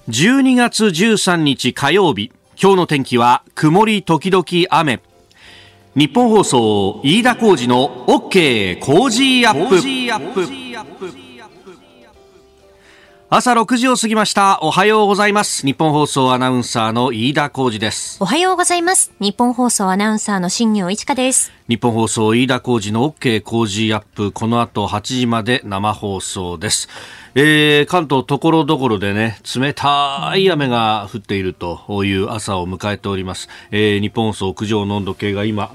12月13日火曜日、今日の天気は曇り時々雨。日本放送飯田浩司の OK 工事アップ。朝6時を過ぎました。おはようございます。日本放送アナウンサーの飯田浩司です。 おはようございます。日本放送アナウンサーの新業一華です。 日本放送飯田浩司の OK 工事アップ、この後8時まで生放送です。関東ところどころでね、冷たい雨が降っているという朝を迎えております。日本放送屋上の温度計が今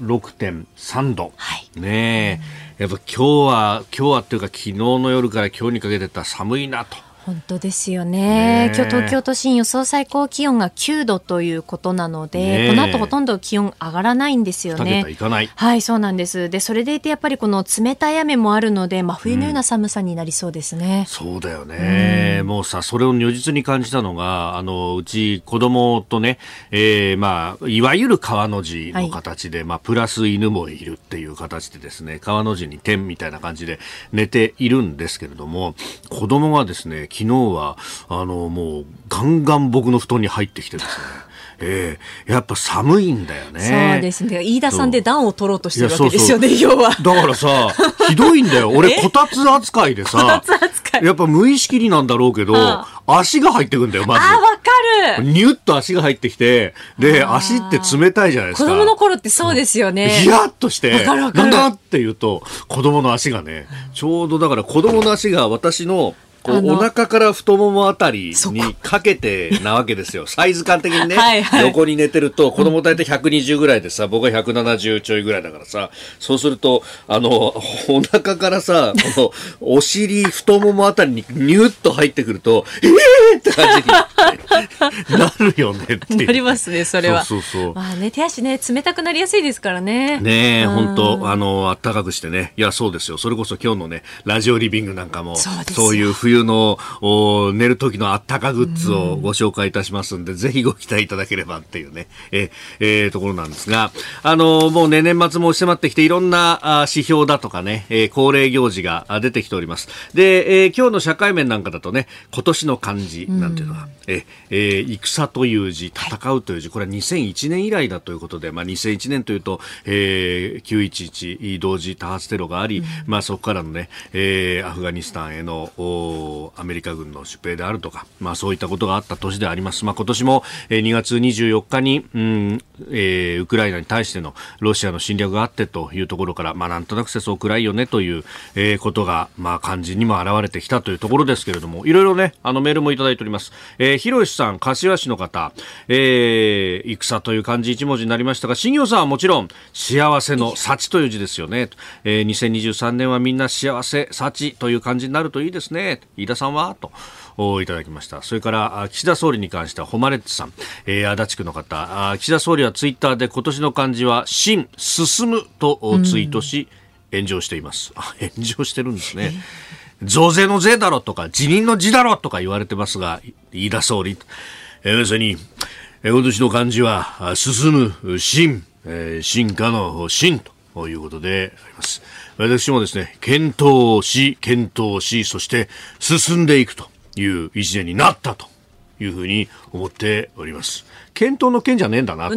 6.3 度、はい、ねえ、やっぱ今日はっていうか昨日の夜から今日にかけてた寒いなと。 本当ですよね。今日東京都心予想最高気温が9度ということなので、この後ほとんど気温上がらないんですよね。 2桁いかない。 はい、そうなんです。で、それでいてやっぱりこの冷たい雨もあるので、真冬のような寒さになりそうですね。 そうだよね。もうさ、それを如実に感じたのが、うち子供とね、いわゆる川の字の形で、プラス犬もいるっていう形でですね、川の字に点みたいな感じで寝ているんですけれども、子供がですね、昨日はもうガンガン僕の布団に入ってきてですね、やっぱ寒いんだよね。 そうですね。飯田さんで暖を取ろうとしてるわけですよね、要は。 だからさ、ひどいんだよ。俺こたつ扱いでさ、やっぱ無意識になんだろうけど、足が入ってくんだよ、まず。 わかる。 ニュッと足が入ってきて、で、足って冷たいじゃないですか。 子供の頃ってそうですよね。 ヒヤッとして、 なんだって言うと、子供の足がね、ちょうどだから子供の足が私のお腹から太ももあたりにかけてなわけですよ。サイズ感的にね、はいはい、横に寝てると子供大体120ぐらいでさ、僕は170ちょいぐらいだからさ、そうするとお腹からさ、このお尻太ももあたりにニュッと入ってくるとって感じになるよねっていう。 なりますね、それは。 そうそうそう。 まあね、手足ね、冷たくなりやすいですからね。 ねえ、本当あったかくしてね。いや、そうですよ。それこそ今日のね、ラジオリビングなんかも、そういう冬の寝る時のあったかグッズをご紹介いたしますんで、ぜひご期待いただければっていうね、ところなんですが、もうね、年末も迫ってきていろんな指標だとかね、恒例行事が出てきております。で、今日の社会面なんかだとね、今年の漢字なんていうのが、戦という字、戦うという字、これは2001年以来だということで、2001年というと、911同時多発テロがあり、そこからのね、アフガニスタンへのアメリカ軍の出兵であるとか、そういったことがあった年であります。今年も2月24日に、ウクライナに対してのロシアの侵略があってというところから、なんとなく世相暗いよねという、ことが、漢字にも表れてきたというところですけれども、いろいろね、メールもいただいております。ひろしさん、柏市の方、戦という漢字一文字になりましたが、新業さんはもちろん幸せの幸という字ですよね。2023年はみんな幸せ、幸という漢字になるといいですね。飯田さんはといただきました。それから岸田総理に関してはホマレッツさん、足立区の方、岸田総理はツイッターで今年の漢字は進むとツイートし、炎上しています。炎上してるんですね。増税の税だろとか辞任の辞だろとか言われてますが、飯田総理、まさに今年の漢字は進む、進化の進ということであります。私もですね、検討し、そして進んでいくという一年になったというふうに思っております。検討の件じゃねえんだなと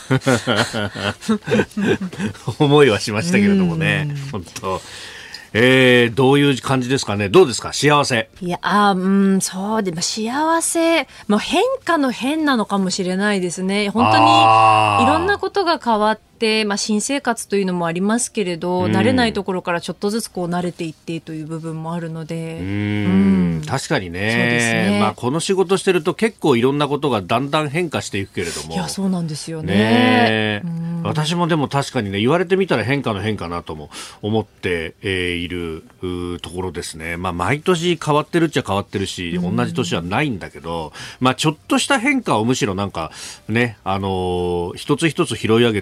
思いはしましたけれどもね、本当。どういう感じですかね。どうですか、幸せ。 いや、そうで、幸せ、変化の変なのかもしれないですね。本当にいろんなことが変わって、新生活というのもありますけれど、慣れないところからちょっとずつ慣れていってという部分もあるので、 確かにね。 そうですね。 この仕事してると結構いろんなことがだんだん変化していくけれども。 いや、そうなんですよね。 私もでも確かにね、言われてみたら変化の変かなとも思っているところですね。毎年変わってるっちゃ変わってるし、同じ年はないんだけど、ちょっとした変化をむしろなんかね、一つ一つ拾い上げて楽しんで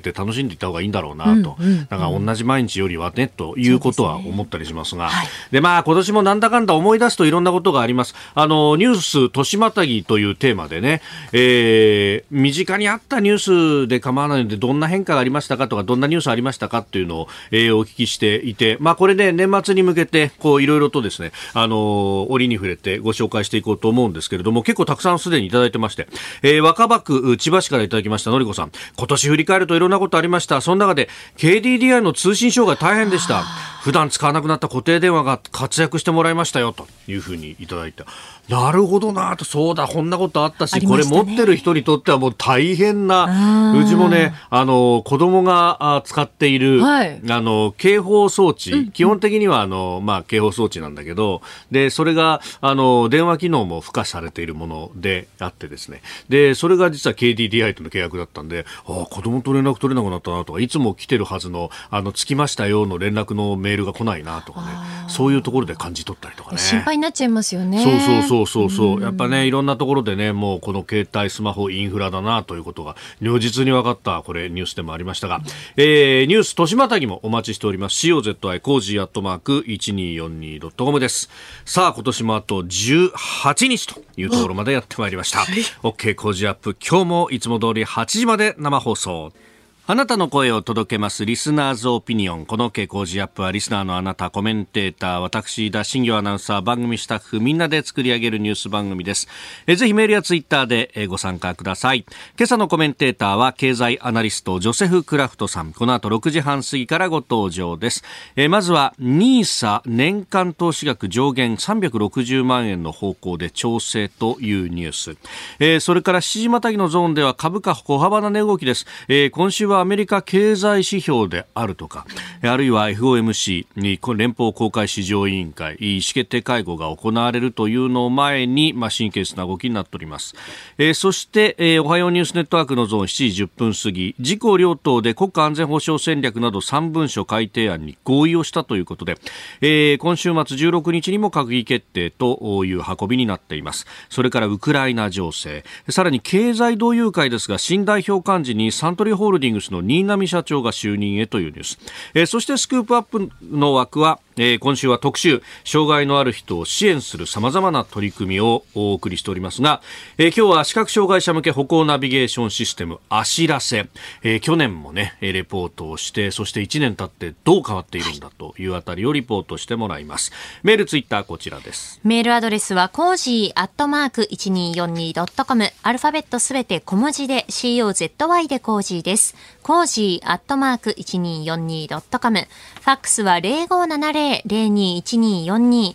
でいった方がいいんだろうなと、だから同じ毎日よりはねということは思ったりしますが、でまあ今年もなんだかんだ思い出すといろんなことがあります。ニュース年またぎというテーマでね、身近にあったニュースで構わないのでどんな変化がありましたかとかどんなニュースありましたかというのを、お聞きしていて、まあこれで年末に向けてこういろいろとですね、折に触れてご紹介していこうと思うんですけれども、結構たくさんすでにいただいてまして、若葉区千葉市からいただきましたのりこさん、今年振り返るといろんなことありました。その中で KDDI の通信障害大変でした。普段使わなくなった固定電話が活躍してもらいましたよというふうにいただいて、なるほどなと、そうだこんなことあったし、これ持ってる人にとってはもう大変な、うちもね子供が使っている、警報装置、基本的には警報装置なんだけど、でそれが電話機能も付加されているものであってですね、でそれが実は KDDI との契約だったんで、子供と連絡取れなくなったなとか、いつも来てるはずの着きましたよの連絡のメールが来ないなとかね、そういうところで感じ取ったりとかね、 心配になっちゃいますよね。 そうやっぱね、いろんなところでね、もうこの携帯スマホインフラだなということが如実に分かった、これニュースでもありましたが、ニュース年またぎもお待ちしております。 COZY コージー@1242.com です。さあ今年もあと18日というところまでやってまいりました。 OK コージーアップ、今日もいつも通り8時まで生放送。あなたの声を届けますリスナーズオピニオン。この傾向ジアップはリスナーのあなた、コメンテーター、私田新業アナウンサー、番組スタッフみんなで作り上げるニュース番組です。ぜひメールやツイッターでご参加ください。今朝のコメンテーターは経済アナリストジョセフ・クラフトさん。この後6時半過ぎからご登場です。まずは NISA 年間投資額上限360万円の方向で調整というニュース。それから7時またぎのゾーンでは株価小幅な値動きです。今週はアメリカ経済指標であるとか、あるいは FOMC に連邦公開市場委員会意思決定会合が行われるというのを前に、神経質な動きになっております。そして、おはようニュースネットワークのゾーン7時10分過ぎ、自公両党で国家安全保障戦略など3文書改定案に合意をしたということで、今週末16日にも閣議決定という運びになっています。それからウクライナ情勢、さらに経済同友会ですが、新代表幹事にサントリーホールディングスの新浪社長が就任へというニュース。そしてスクープアップの枠は、今週は特集、障害のある人を支援する様々な取り組みをお送りしておりますが、今日は視覚障害者向け歩行ナビゲーションシステムあしらせ、去年もねレポートをして、そして1年経ってどう変わっているんだというあたりをリポートしてもらいます。メールツイッターこちらです。 メールアドレスはコージー@1242.com、アルファベットすべて小文字で COZY でコージーです。コージー@1242.com、ファックスは0570-021242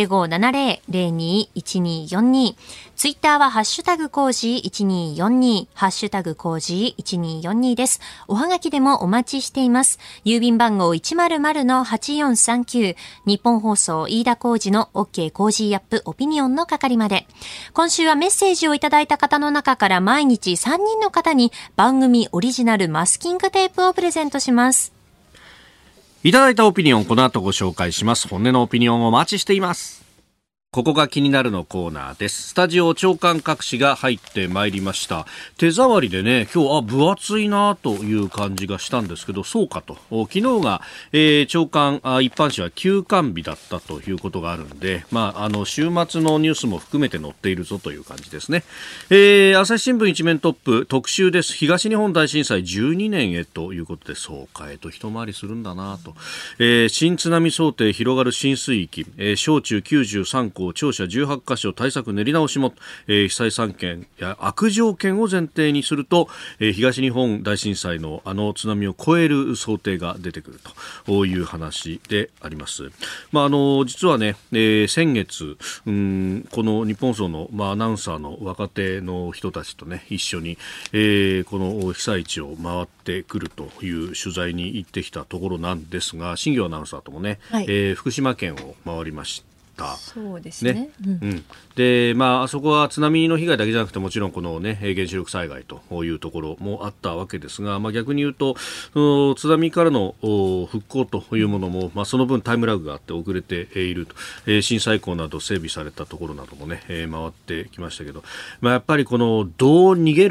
0570-021242、ツイッターはハッシュタグコージー1242、ハッシュタグコージー1242です。おはがきでもお待ちしています。郵便番号 100-8439、日本放送飯田浩司の OK コージーアップオピニオンの係まで。今週はメッセージをいただいた方の中から毎日3人の方に番組オリジナルマスキングテープをプレゼントします。 いただいたオピニオン、この後ご紹介します。本音のオピニオンをお待ちしています。ここが気になるのコーナーです。スタジオ長官各紙が入ってまいりました。手触りでね、今日分厚いなという感じがしたんですけど、そうかと。昨日が、長官一般紙は休刊日だったということがあるんで、週末のニュースも含めて載っているぞという感じですね。朝日新聞一面トップ特集です。東日本大震災12年へということで、そうか、一回りするんだなと。新津波想定広がる浸水域、小中93校庁舎18カ所対策練り直しも、被災3県や悪条件を前提にすると、東日本大震災の津波を超える想定が出てくるという話であります。実はね、先月この日本放送の、アナウンサーの若手の人たちとね一緒に、この被災地を回ってくるという取材に行ってきたところなんですが、新業アナウンサーともね、福島県を回りました。 そうですね。 で、あそこは津波の被害だけじゃなくて、もちろんこのね原子力災害というところもあったわけですが、逆に言うと津波からの復興というものも、その分タイムラグがあって遅れていると、震災港など整備されたところなどもね、回ってきましたけど、やっぱりこのどう逃げるか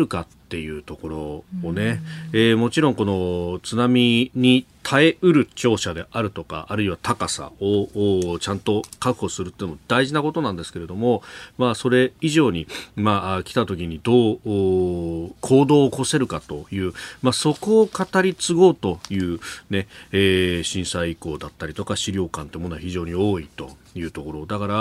っていうところをね、もちろんこの津波に耐えうる庁舎であるとか、あるいは高さをちゃんと確保するっていうのも大事なことなんですけれども、それ以上に、来た時にどう行動を起こせるかという、そこを語り継ごうという、ね震災遺構だったりとか資料館というものは非常に多いというところだから、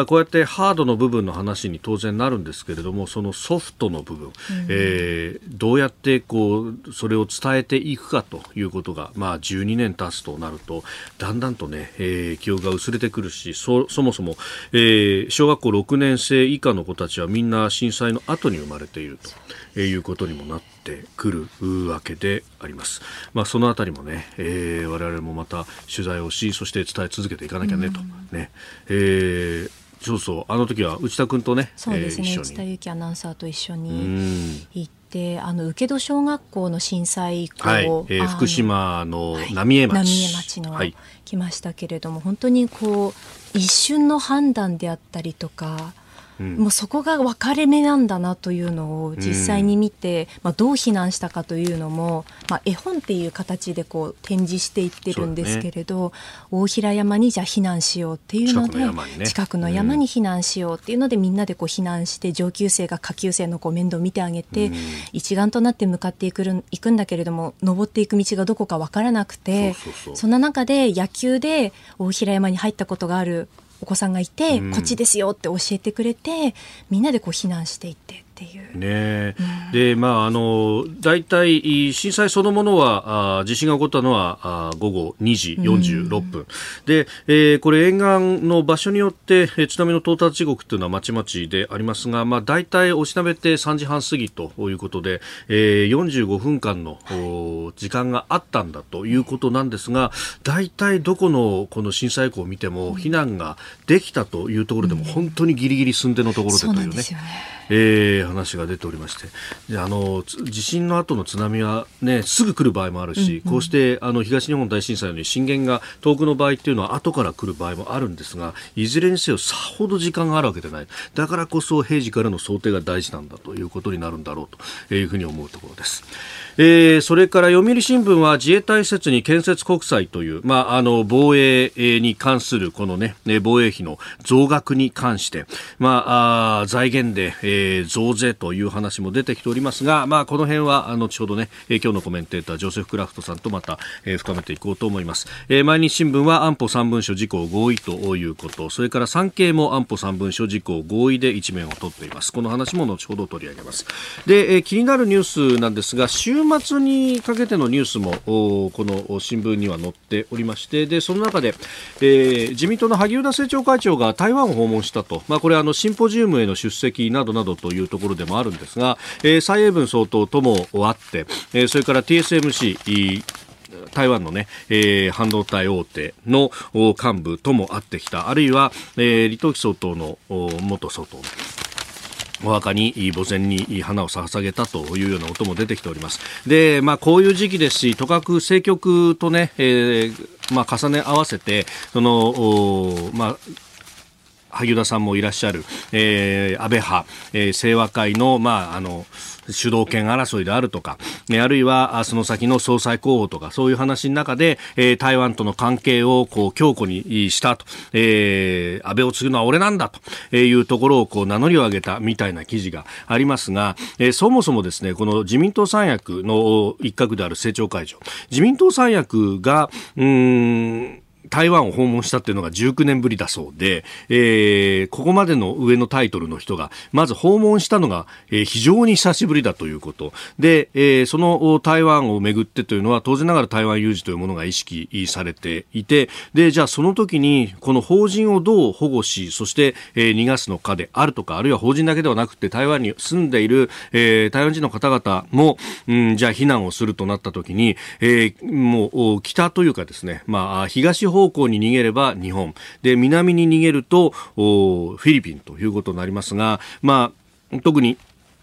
こうやってハードの部分の話に当然なるんですけれども、そのソフトの部分、どうやってそれを伝えていくかということが、12年経つとなるとだんだんとね、記憶が薄れてくるし、そもそも、小学校6年生以下の子たちはみんな震災の後に生まれているということにもなってくるわけであります。そのあたりもね、我々もまた取材をし、そして伝え続けていかなきゃねとね、そうあの時は内田君とね、 そうですね、 一緒に内田有紀アナウンサーと一緒に行って、請戸小学校の震災以降、 福島の浪江町の、来ましたけれども、本当に一瞬の判断であったりとか、もうそこが分かれ目なんだなというのを実際に見て、どう避難したかというのも、絵本っていう形で展示していってるんですけれど、大平山にじゃあ避難しようっていうので、近くの山に避難しようっていうので、みんなで避難して、上級生が下級生の面倒を見てあげて、一丸となって向かっていくんだけれども、登っていく道がどこか分からなくて、そんな中で野球で大平山に入ったことがあるお子さんがいて、こっちですよって教えてくれて、みんなで避難していってっていうね。で、大体震災そのものは地震が起こったのは午後2時46分、で、これ沿岸の場所によって津波の到達時刻というのはまちまちでありますが、大体おしなべて3時半過ぎということで、45分間の時間があったんだということなんですが、大体どこのこの震災以降を見ても避難ができたというところでも本当にギリギリ寸出のところでというね、話が出ておりまして、で地震の後の津波は、ね、すぐ来る場合もあるし、こうして東日本大震災のように震源が遠くの場合っていうのは後から来る場合もあるんですが、いずれにせよさほど時間があるわけでない。だからこそ平時からの想定が大事なんだということになるんだろうというふうに思うところです。それから読売新聞は自衛隊施設に建設国債という、防衛に関するこの、ね、防衛費の増額に関して、財源で、増税という話も出てきておりますが、この辺は後ほどね、今日のコメンテータージョセフ・クラフトさんとまた、深めていこうと思います。毎日新聞は安保3文書事項合意ということ、それから産経も安保3文書事項合意で一面を取っています。この話も後ほど取り上げます。で、気になるニュースなんですが、週末にかけてのニュースもこの新聞には載っておりまして、でその中で、自民党の萩生田政調会長が台湾を訪問したと、これシンポジウムへの出席などなどというところでもあるんですが、蔡英文総統とも会って、それから TSMC台湾の、ね半導体大手の幹部とも会ってきた。あるいは、李登輝総統の元総統お墓に墓前に花を捧げたというような音も出てきております。で、こういう時期ですし、とかく政局とね、重ね合わせて萩生田さんもいらっしゃる、安倍派、清和会の、主導権争いであるとか、あるいはその先の総裁候補とか、そういう話の中で、台湾との関係を強固にしたと、安倍を継ぐのは俺なんだというところを名乗りを上げたみたいな記事がありますが、そもそもですね、この自民党三役の一角である政調会長、自民党三役が台湾を訪問したっていうのが19年ぶりだそうで、ここまでの上のタイトルの人がまず訪問したのが、非常に久しぶりだということで、その台湾をめぐってというのは当然ながら台湾有事というものが意識されていて、でじゃあその時にこの邦人をどう保護し、そして、逃がすのかであるとか、あるいは邦人だけではなくて台湾に住んでいる、台湾人の方々も、じゃあ避難をするとなった時に、もう北というかですね、東方向に逃げれば日本で、南に逃げるとフィリピンということになりますが、特に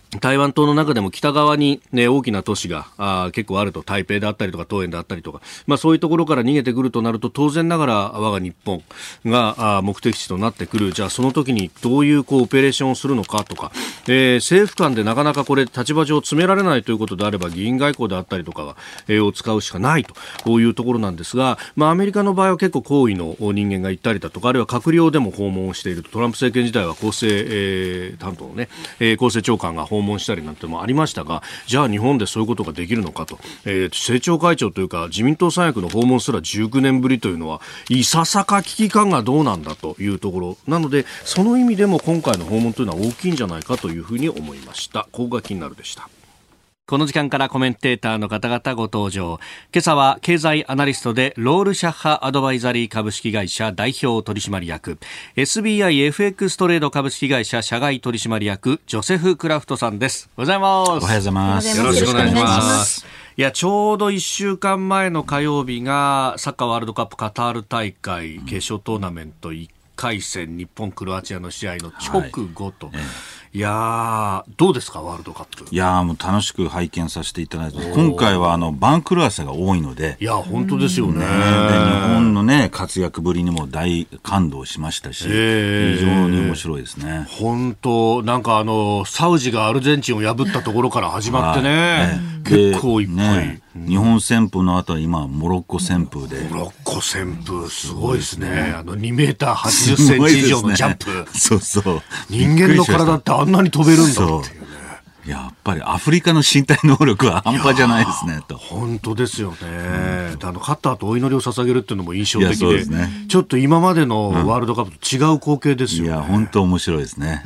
台湾島の中でも北側に、ね、大きな都市が結構あると、台北であったりとか桃園であったりとか、そういうところから逃げてくるとなると、当然ながら我が日本が目的地となってくる。じゃあその時にどういうオペレーションをするのかとか、政府間でなかなかこれ立場上詰められないということであれば、議員外交であったりとかを使うしかないというところなんですが、アメリカの場合は結構高位の人間が行ったりだとか、あるいは閣僚でも訪問していると。トランプ政権時代は厚生担当のね、厚生長官が訪問したりなんてもありましたが、じゃあ日本でそういうことができるのかと、政調会長というか自民党三役の訪問すら19年ぶりというのは、いささか危機感がどうなんだというところなので、その意味でも今回の訪問というのは大きいんじゃないかというふうに思いました。ここが気になるでした。この時間からコメンテーターの方々ご登場。今朝は経済アナリストでロールシャッハアドバイザリー株式会社代表取締役、 SBIFX トレード株式会社社外取締役、ジョセフ・クラフトさんです。おはようございます。 おはようございます。 よろしくお願いします。いや、ちょうど1週間前の火曜日がサッカーワールドカップカタール大会決勝トーナメント1回戦、日本クロアチアの試合の直後と、いやー、どうですかワールドカップ。 いやー、もう楽しく拝見させていただいて、今回は番狂わせが多いので、 いや本当ですよね。 で日本のね活躍ぶりにも大感動しましたし、非常に面白いですね。 本当なんかサウジがアルゼンチンを破ったところから始まってね、結構いっぱい、 日本旋風の後は今モロッコ旋風で、 モロッコ旋風すごいですね。2メーター80センチ以上のジャンプ、 そうそう人間の体ってあんなに飛べるんだっていうね。 やっぱりアフリカの身体能力は半端じゃないですねと。 本当ですよね。勝った後お祈りを捧げるっていうのも印象的 で、 ね、 ちょっと今までのワールドカップと違う光景ですよね。 いや本当面白いですね。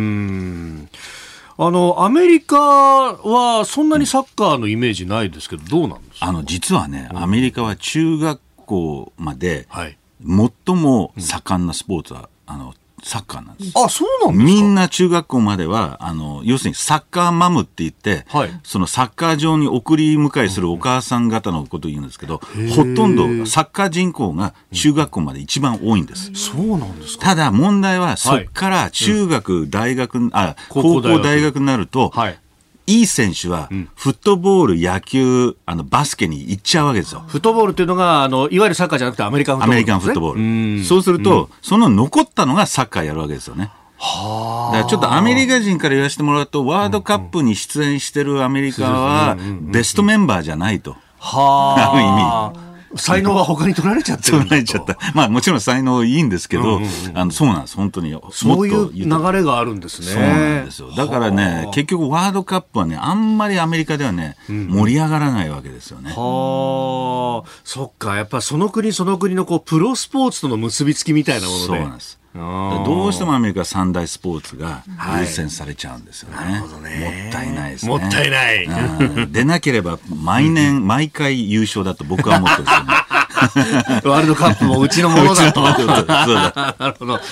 アメリカはそんなにサッカーのイメージないですけど、どうなんですか。 実はね、アメリカは中学校まで最も盛んなスポーツはサッカーなんです。 あ、そうなんですか。 みんな中学校までは要するにサッカーマムって言って、そのサッカー場に送り迎えするお母さん方のことを言うんですけど、ほとんどサッカー人口が中学校まで一番多いんです。 そうなんですか。 ただ問題はそこから中学、大学、高校大学になると、いい選手はフットボール、野球、バスケに行っちゃうわけですよ。 フットボールっていうのがいわゆるサッカーじゃなくてアメリカンフットボール、ね、 アメリカンフットボール。そうすると、その残ったのがサッカーやるわけですよね。だからちょっとアメリカ人から言わせてもらうと、ワールドカップに出演してるアメリカはベストメンバーじゃないと。ある意味才能が他に取られちゃってるんだと。 取られちゃった。もちろん才能いいんですけど、そうなんです。本当に。 そういう流れがあるんですね。 そうなんですよ。だからね、結局ワールドカップはね、あんまりアメリカではね、盛り上がらないわけですよね。 そっか。やっぱその国その国のプロスポーツとの結びつきみたいなもので。 そうなんです。どうしてもアメリカ三大スポーツが優先されちゃうんですよね。 なるほどね。 もったいないですね。 もったいない。 出なければ毎回優勝だと僕は思ってるんですよね。 ワールドカップもうちのものだと。なるほど。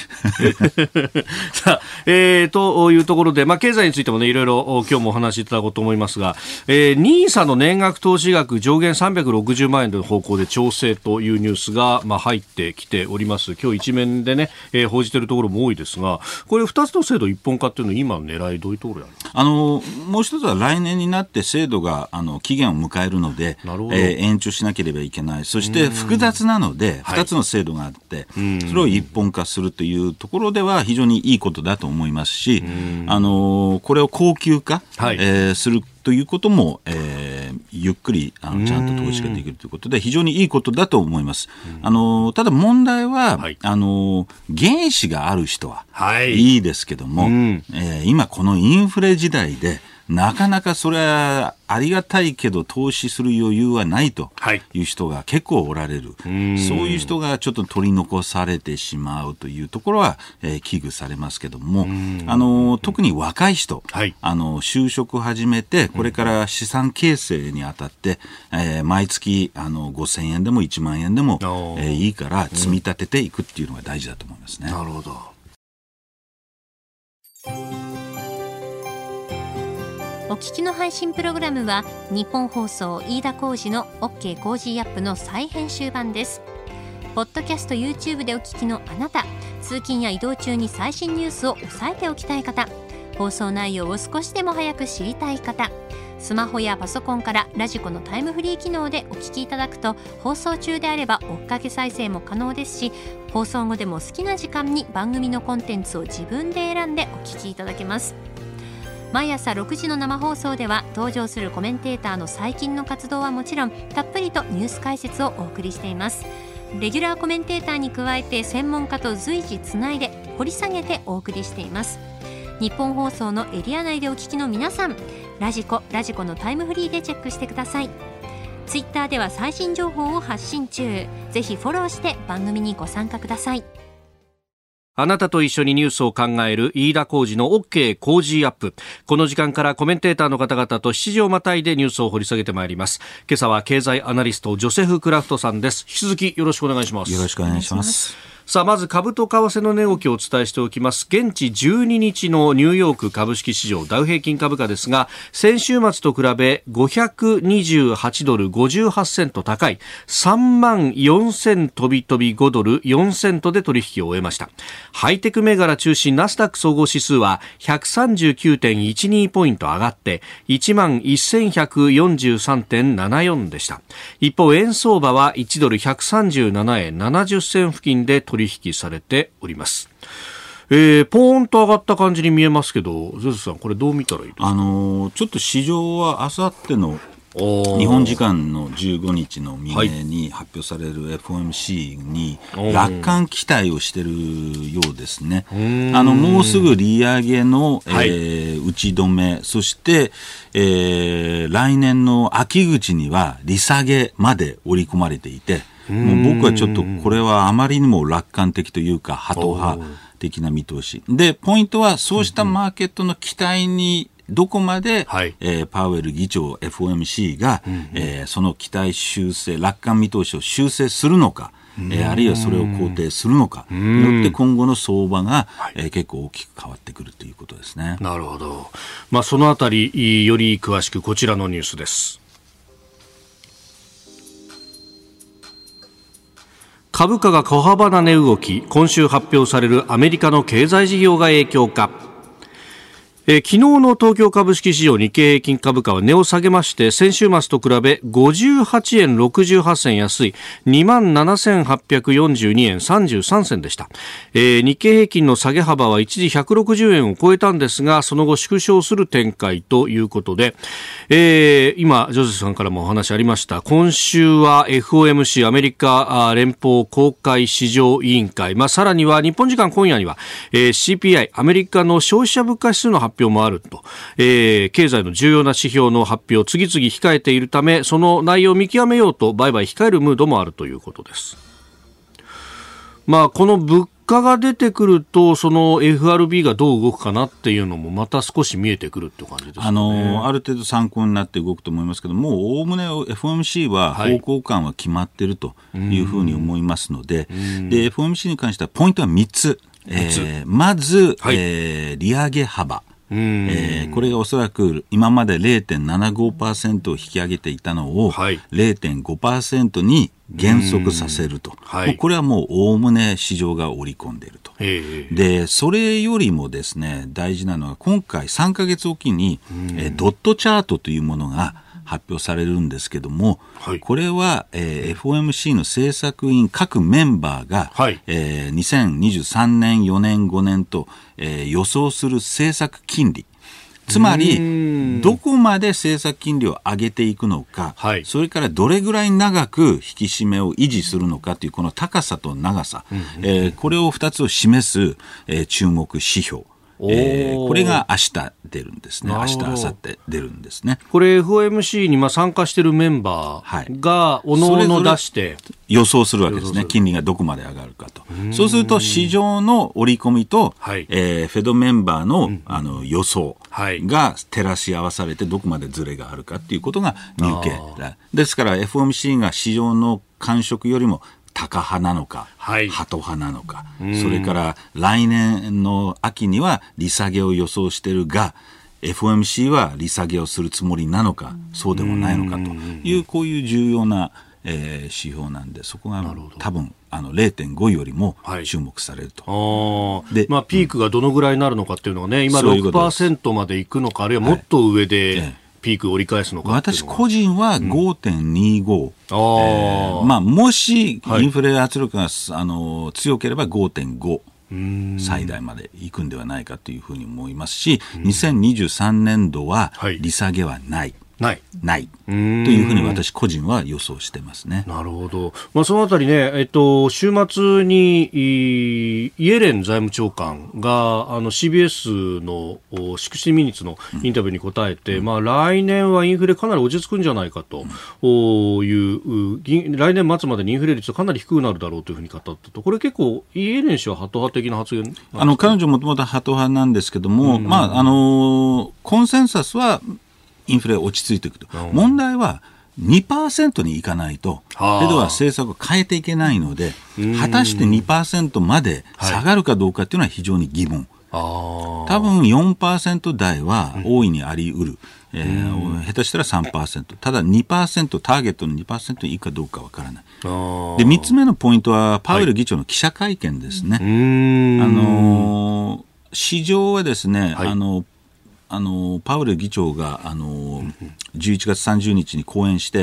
さあ、というところで、経済についてもね、いろいろ今日もお話しいただこうと思いますが、NISA の年額投資額上限360万円の方向で調整というニュースが、入ってきております。今日一面でね、報じているところも多いですが、これ2つの制度一本化っていうのは今の狙いどういうところやる？ もう一つは来年になって制度が期限を迎えるので、延長しなければいけない。そして複雑なので2つの制度があって、それを一本化するというところでは非常にいいことだと思いますし、これを恒久化、するということも、ゆっくりちゃんと投資ができるということで非常にいいことだと思います。ただ問題は、原資がある人はいいですけども、今このインフレ時代でなかなかそれはありがたいけど投資する余裕はないという人が結構おられる、そういう人がちょっと取り残されてしまうというところは、危惧されますけども、特に若い人、就職を始めてこれから資産形成にあたって、毎月5000円でも1万円でも、いいから積み立てていくっていうのが大事だと思いますね。 なるほど。 お聞きの配信プログラムは日本放送飯田浩司の OK コージーアップの再編集版です。ポッドキャスト YouTube でお聞きのあなた、通勤や移動中に最新ニュースを押さえておきたい方、 放送内容を少しでも早く知りたい方、スマホやパソコンからラジコのタイムフリー機能でお聞きいただくと、放送中であれば追っかけ再生も可能ですし、放送後でも好きな時間に番組のコンテンツを自分で選んでお聞きいただけます。毎朝6時の生放送では登場するコメンテーターの最近の活動はもちろん、たっぷりとニュース解説をお送りしています。レギュラーコメンテーターに加えて専門家と随時つないで掘り下げてお送りしています。日本放送のエリア内でお聞きの皆さん、ラジコのタイムフリーでチェックしてください。ツイッターでは最新情報を発信中。ぜひフォローして番組にご参加ください。 あなたと一緒にニュースを考える飯田浩司の OK 工事アップ。この時間からコメンテーターの方々と7時をまたいでニュースを掘り下げてまいります。今朝は経済アナリストジョセフ・クラフトさんです。引き続きよろしくお願いします。 よろしくお願いします。 さあ、まず株と為替の値動きをお伝えしておきます。現地12日のニューヨーク株式市場ダウ平均株価ですが、先週末と比べ528ドル58セント高い 34,000 飛び飛び5ドル4セントで取引を終えました。ハイテク銘柄中心ナスダック総合指数は 139.12 ポイント上がって11,143.74 でした。一方、円相場は1ドル137円70銭付近で取引されております。ポーンと上がった感じに見えますけど、ゼズさんこれどう見たらいいですか？ ちょっと市場はあさっての日本時間の15日の未明に発表される FOMC に楽観期待をしているようですね。もうすぐ利上げの、打ち止め、そして、来年の秋口には利下げまで織り込まれていて、もう僕はちょっとこれはあまりにも楽観的というかハト派的な見通しで、ポイントはそうしたマーケットの期待にどこまで、パウエル議長 FOMC が、その期待修正、楽観見通しを修正するのか、あるいはそれを肯定するのかによって今後の相場が、結構大きく変わってくるということですね。 なるほど。そのあたりより詳しくこちらのニュースです。株価が小幅な値動き、今週発表されるアメリカの経済事業が影響か。昨日の東京株式市場日経平均株価は値を下げまして、先週末と比べ58円68銭安い 27,842 円33銭でした。日経平均の下げ幅は一時160円を超えたんですが、その後縮小する展開ということで、今ジョゼフさんからもお話ありました、今週は FOMC アメリカ連邦公開市場委員会、さらには日本時間今夜には、CPI アメリカの消費者物価指数の発表もあると、経済の重要な指標の発表を次々控えているため、その内容を見極めようと売買控えるムードもあるということです。この物価が出てくると、その FRB がどう動くかなっていうのもまた少し見えてくるっていう感じですね。ある程度参考になって動くと思いますけども、おおむね FOMC は方向感は決まっているというふうに思いますので、で FOMC に関してはポイントは3つ。まず、利上げ幅。これがおそらく今まで 0.75% を引き上げていたのを 0.5% に減速させると、これはもうおおむね市場が織り込んでいると。でそれよりもですね、大事なのは今回3ヶ月おきに、ドットチャートというものが発表されるんですけども、これは、FOMC の政策委員各メンバーが、2023年4年5年と、予想する政策金利、つまりどこまで政策金利を上げていくのか、それからどれぐらい長く引き締めを維持するのかというこの高さと長さ、これを2つを示す、注目指標、これが明日出るんですね。明日、明後日出るんですね。 これ FOMC に参加しているメンバーがおのおの出して予想するわけですね。金利がどこまで上がるかと。そうすると市場の織り込みと、フェドメンバーの、予想が照らし合わされてどこまでズレがあるかということが見受けですから FOMC が市場の感触よりもタカ派なのか、ハト派なのか、それから来年の秋には利下げを予想しているが FOMC は利下げをするつもりなのかそうでもないのかというこういう重要な指標なんで、そこが多分0.5 よりも注目されると。 で、ピークがどのぐらいになるのかっていうのはね、今 6% までいくのか、あるいはもっと上でピーク折り返すのかっていうのは。 私個人は 5.25、もしインフレ圧力が、強ければ 5.5 最大までいくんではないかというふうに思いますし、2023年度は利下げはないというふうに私個人は予想してますね。 なるほど。そのあたりね、週末にイエレン財務長官がCBS の60ミニッツのインタビューに答えて、来年はインフレかなり落ち着くんじゃないかという、来年末までにインフレ率がかなり低くなるだろうというふうに語ったと。これ結構イエレン氏はハト派的な発言なんですか？ 彼女もともとハト派なんですけども、コンセンサスはインフレ落ち着いていくと。問題は 2% にいかないとフェドは政策を変えていけないので、果たして 2% まで下がるかどうかというのは非常に疑問。多分 4% 台は大いにあり得る、下手したら 3%、 ただ 2%、 ターゲットの 2% 以下どうかわからない。で3つ目のポイントはパウエル議長の記者会見ですね。市場はですね、パウエル議長が11月30日に講演して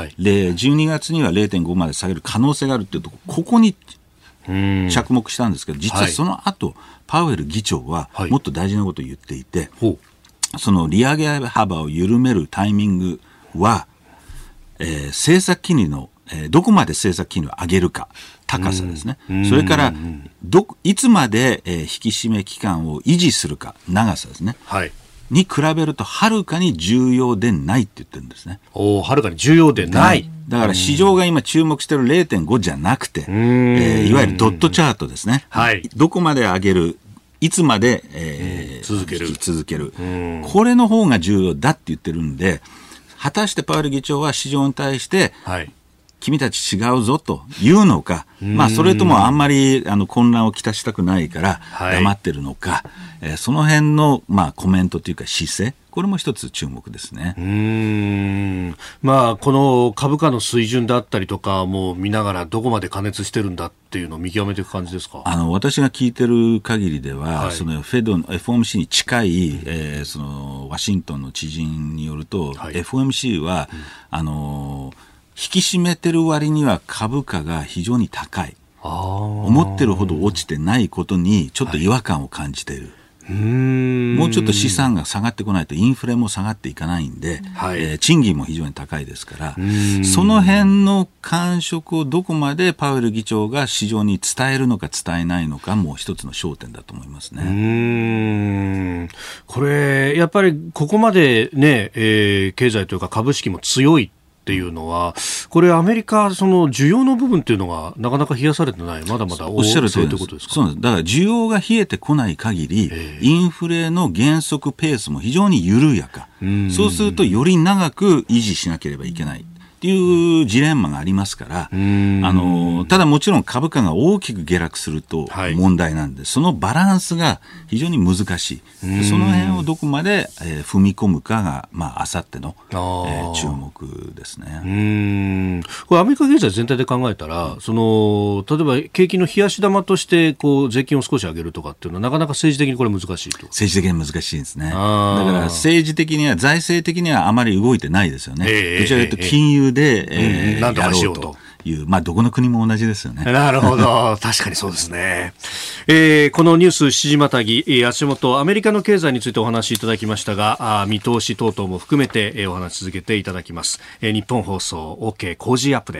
、12月には 0.5 まで下げる可能性があるというところ、ここに着目したんですけど、実はその後、パウエル議長はもっと大事なことを言っていて、その利上げ幅を緩めるタイミングは、政策金利の、どこまで政策金利を上げるか、高さですね。それからいつまで、引き締め期間を維持するか、長さですね。に比べるとはるかに重要でないって言ってるんですね。 はるかに重要でない。 だから市場が今注目している 0.5 じゃなくて、いわゆるドットチャートですね。どこまで上げる、いつまで、続ける。これの方が重要だって言ってるんで、果たしてパウエル議長は市場に対して、君たち違うぞと言うのか、それともあんまり混乱をきたしたくないから黙ってるのか、その辺の、コメントというか姿勢、これも一つ注目ですね。 この株価の水準だったりとかも見ながら、どこまで加熱してるんだっていうのを見極めていく感じですか？ 私が聞いてる限りでは、そのフェドの FOMC に近い、そのワシントンの知人によると、FOMC は、引き締めてる割には株価が非常に高い。思ってるほど落ちてないことにちょっと違和感を感じている。もうちょっと資産が下がってこないとインフレも下がっていかないんで、賃金も非常に高いですから、その辺の感触をどこまでパウエル議長が市場に伝えるのか伝えないのかも一つの焦点だと思いますね。 これやっぱりここまでね、経済というか株式も強いっていうのは、これアメリカその需要の部分っていうのがなかなか冷やされてない、まだまだおっしゃるとおりです。そうです。だから需要が冷えてこない限り、インフレの減速ペースも非常に緩やか。そうするとより長く維持しなければいけないっていうジレンマがありますから、ただもちろん株価が大きく下落すると問題なんで、そのバランスが非常に難しい。その辺をどこまで、踏み込むかが、あさっての、注目ですね。 これアメリカ経済全体で考えたら、その例えば景気の冷やし玉として税金を少し上げるとかっていうのはなかなか政治的にこれ難しいと。 政治的に難しいですね。だから政治的には財政的にはあまり動いてないですよね。どちらかというと金融で、 なんとかしようという、どこの国も同じですよね。 なるほど。確かにそうですね。このニュース7時またぎ、足元アメリカの経済についてお話しいただきましたが、見通し等々も含めて、お話し続けていただきます。日本放送 OK 工事アップです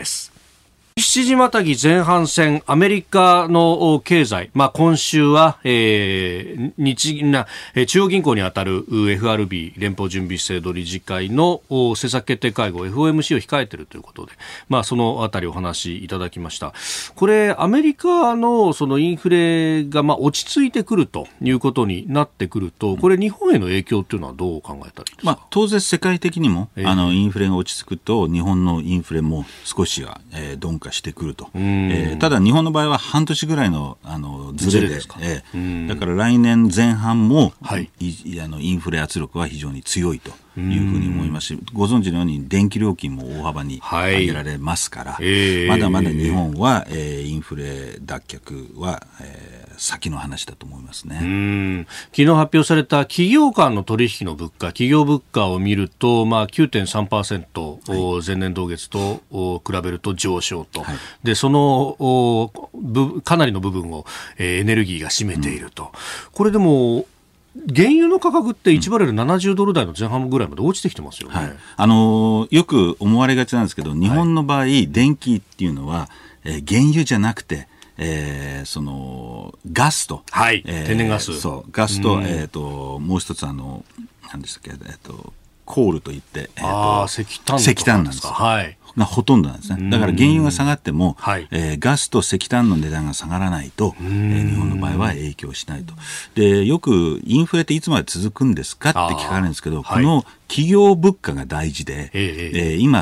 。7時またぎ前半戦、アメリカの経済、今週は、中央銀行にあたる FRB 連邦準備制度理事会の政策決定会合 FOMC を控えているということで、そのあたりお話しいただきました。これアメリカのそのインフレが落ち着いてくるということになってくると、これ日本への影響というのはどう考えたらいいですか？ 当然世界的にも、インフレが落ち着くと日本のインフレも少しは、鈍化してくると。ただ日本の場合は半年ぐらいの、ズレで、だから来年前半も、インフレ圧力は非常に強いというふうに思いますし、ご存知のように電気料金も大幅に上げられますから、まだまだ日本は、インフレ脱却は、先の話だと思いますね。 昨日発表された企業間の取引の物価、企業物価を見ると、9.3%、前年同月と比べると上昇と、でそのかなりの部分を、エネルギーが占めていると。これでも原油の価格って1バレル70ドル台の前半ぐらいまで落ちてきてますよね。 よく思われがちなんですけど、日本の場合、電気っていうのは、原油じゃなくてそのガスと、 天然ガス、 ガスと、もう一つ何でしたっけ、コールといって、 石炭なんですか、 がほとんどなんですね。だから原油が下がっても、ガスと石炭の値段が下がらないと、日本の場合は影響しないと。で、よくインフレっていつまで続くんですかって聞かれるんですけど、この企業物価が大事で、今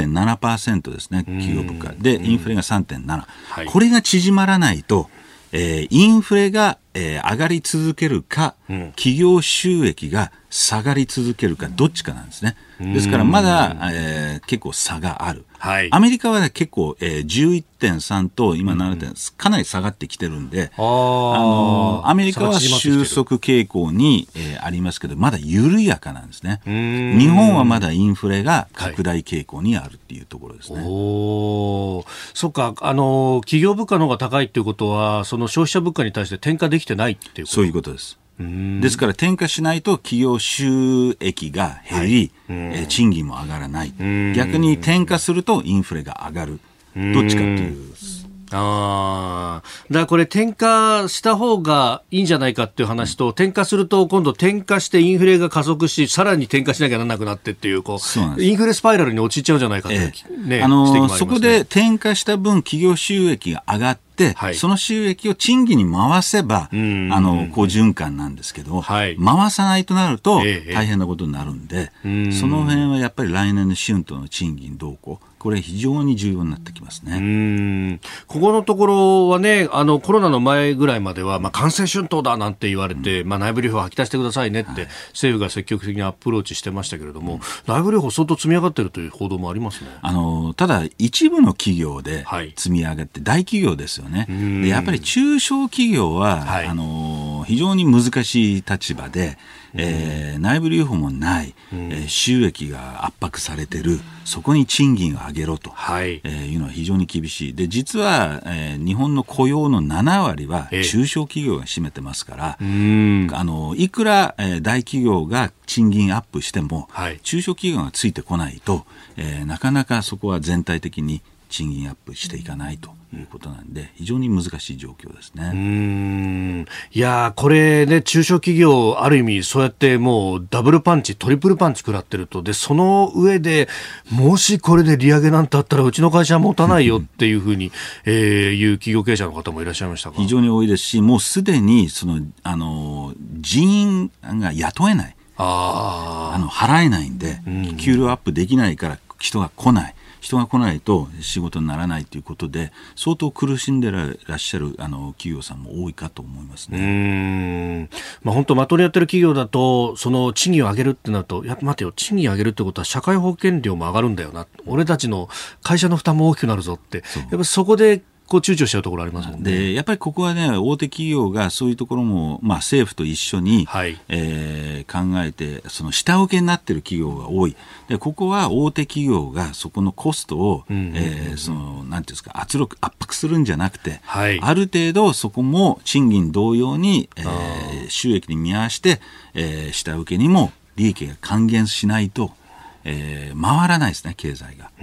9.7% ですね、企業物価で、インフレが 3.7、これが縮まらないと、インフレが、上がり続けるか、企業収益が下がり続けるか、どっちかなんですね。ですからまだ、結構差がある。アメリカは、ね、結構、11.3 と今 7. 点、かなり下がってきてるんで、アメリカは収束傾向に、ありますけど、まだ緩やかなんですね。日本はまだインフレが拡大傾向にあるっていうところですね。 そっか、企業物価の方が高いっていうことは、その消費者物価に対して転嫁できてないっていうこと。 そういうことです。ですから転嫁しないと企業収益が減り、賃金も上がらない。逆に転嫁するとインフレが上がる。どっちかっていう。 だからこれ転嫁した方がいいんじゃないかっていう話と、転嫁すると今度転嫁してインフレが加速し、さらに転嫁しなきゃならなくなってっていう、インフレスパイラルに陥っちゃうんじゃないかという、 そこで転嫁した分企業収益が上がって、その収益を賃金に回せば、好循環なんですけど、回さないとなると大変なことになるんで、その辺はやっぱり来年の春闘の賃金動向、これ非常に重要になってきますね。 ここのところはね、コロナの前ぐらいまでは、感染春闘だなんて言われて、内部留保を吐き出してくださいねって政府が積極的にアプローチしてましたけれども、内部留保相当積み上がっているという報道もありますね。 ただ一部の企業で積み上げて、大企業ですよね。でやっぱり中小企業は、非常に難しい立場で、内部留保もない、収益が圧迫されている、そこに賃金を上げろと、いうのは非常に厳しい。で実は、日本の雇用の7割は中小企業が占めてますから、いくら、大企業が賃金アップしても、中小企業がついてこないと、なかなかそこは全体的に賃金アップしていかないということなんで、非常に難しい状況ですね。 いやこれね、中小企業ある意味そうやってもうダブルパンチトリプルパンチ食らってると、でその上でもしこれで利上げなんてあったらうちの会社は持たないよっていうふうに、いう企業経営者の方もいらっしゃいましたか。 非常に多いですし、もうすでに人員が雇えない、払えないんで、給料アップできないから人が来ないと仕事にならないということで、相当苦しんでらっしゃる企業さんも多いかと思いますね。 本当まとりやってる企業だと、その賃金を上げるってなると、待てよ、賃金を上げるってことは社会保険料も上がるんだよな、俺たちの会社の負担も大きくなるぞって、やっぱりそこで躊躇しちゃうところありますもんね。 でやっぱりここはね、大手企業がそういうところも、政府と一緒に、考えて、その下請けになっている企業が多い。でここは大手企業がそこのコストを、なんていうんですか、圧迫するんじゃなくて、ある程度そこも賃金同様に、収益に見合わせて、下請けにも利益が還元しないと、回らないですね、経済が。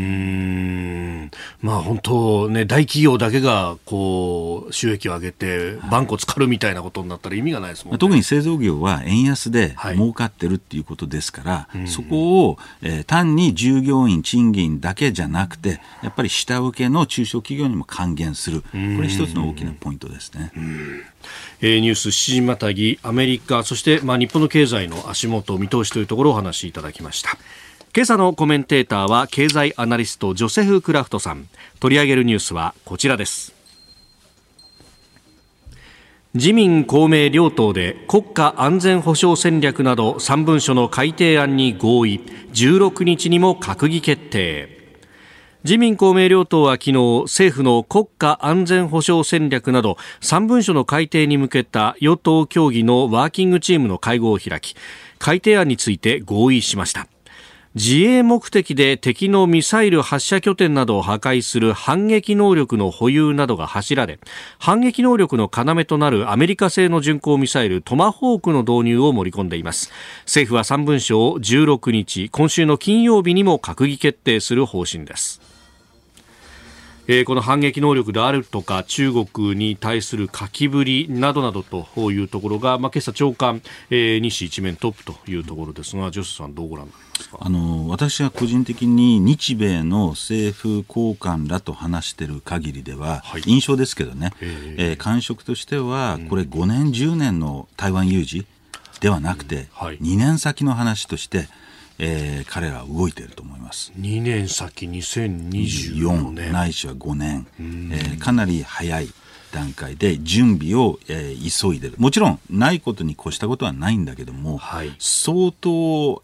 本当ね、大企業だけがこう収益を上げて万骨刈るみたいなことになったら意味がないですもんね。 特に製造業は円安で儲かってるっていうことですから、そこを、単に従業員賃金だけじゃなくて、やっぱり下請けの中小企業にも還元する、これ一つの大きなポイントですね。 ニュース7時またぎ、アメリカそして、日本の経済の足元見通しというところをお話しいただきました。今朝のコメンテーターは経済アナリストジョセフ・クラフトさん。取り上げるニュースはこちらです。 自民公明両党で国家安全保障戦略など3文書の改定案に合意、16日にも閣議決定。自民公明両党は昨日、政府の国家安全保障戦略など3文書の改定に向けた与党協議のワーキングチームの会合を開き、改定案について合意しました。自衛目的で敵のミサイル発射拠点などを破壊する反撃能力の保有などが柱で、反撃能力の要となるアメリカ製の巡航ミサイルトマホークの導入を盛り込んでいます。政府は3文書を16日、今週の金曜日にも閣議決定する方針です。この反撃能力であるとか中国に対する書きぶりなどなどというところが、今朝長官、西一面トップというところですが、ジョセさんどうご覧になりますか？ 私は個人的に日米の政府高官らと話している限りでは、はい、印象ですけどね、感触としてはこれ5年10年の台湾有事ではなくて、はい、2年先の話として彼らは動いていると思います。 2年先2024年ないしは5年、かなり早い段階で準備を、急いでいる。もちろんないことに越したことはないんだけども、はい、相当、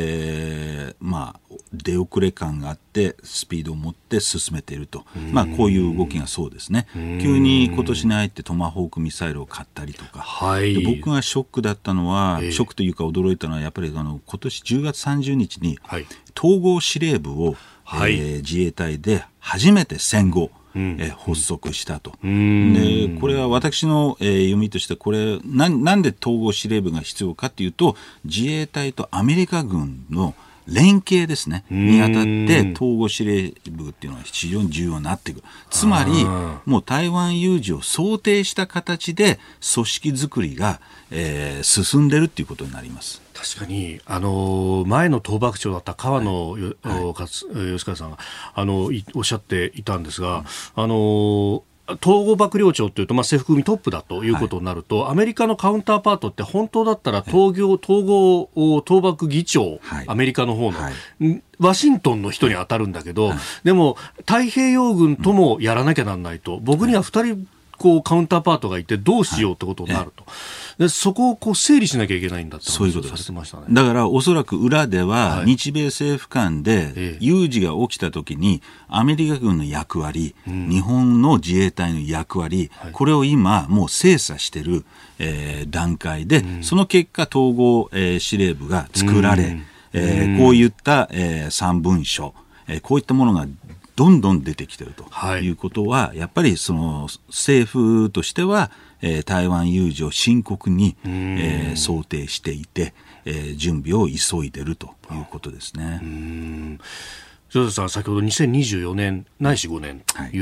出遅れ感があってスピードを持って進めていると、こういう動きがそうですね。急に今年に入ってトマホークミサイルを買ったりとか、はい、で僕がショックだったのは、ショックというか驚いたのはやっぱり今年10月30日に統合司令部を、自衛隊で初めて戦後発足したと。でこれは私の、読みとしてこれなんで統合司令部が必要かというと、自衛隊とアメリカ軍の連携ですねにあたって統合司令部っていうのは非常に重要になっていく。つまりもう台湾有事を想定した形で組織作りが、進んでるっていうことになります。 確かに前の統幕長だった川野義和さんがおっしゃっていたんですが、統合幕僚長というと、制服組トップだということになると、アメリカのカウンターパートって本当だったら統幕議長、アメリカの方の、ワシントンの人に当たるんだけど、でも太平洋軍ともやらなきゃなんないと、僕には2人カウンターパートがいてどうしようってことになると、でそこを整理しなきゃいけないんだって話をされてましたね。 だからおそらく裏では日米政府間で有事が起きたときにアメリカ軍の役割、日本の自衛隊の役割、これを今もう精査している、段階で、その結果統合、司令部が作られ、こういった、3文書、こういったものがどんどん出てきているということは、やっぱりその政府としては、台湾有事を深刻に、想定していて、準備を急いでいるということですね。 ジョセさん、先ほど2024年ないし5年という、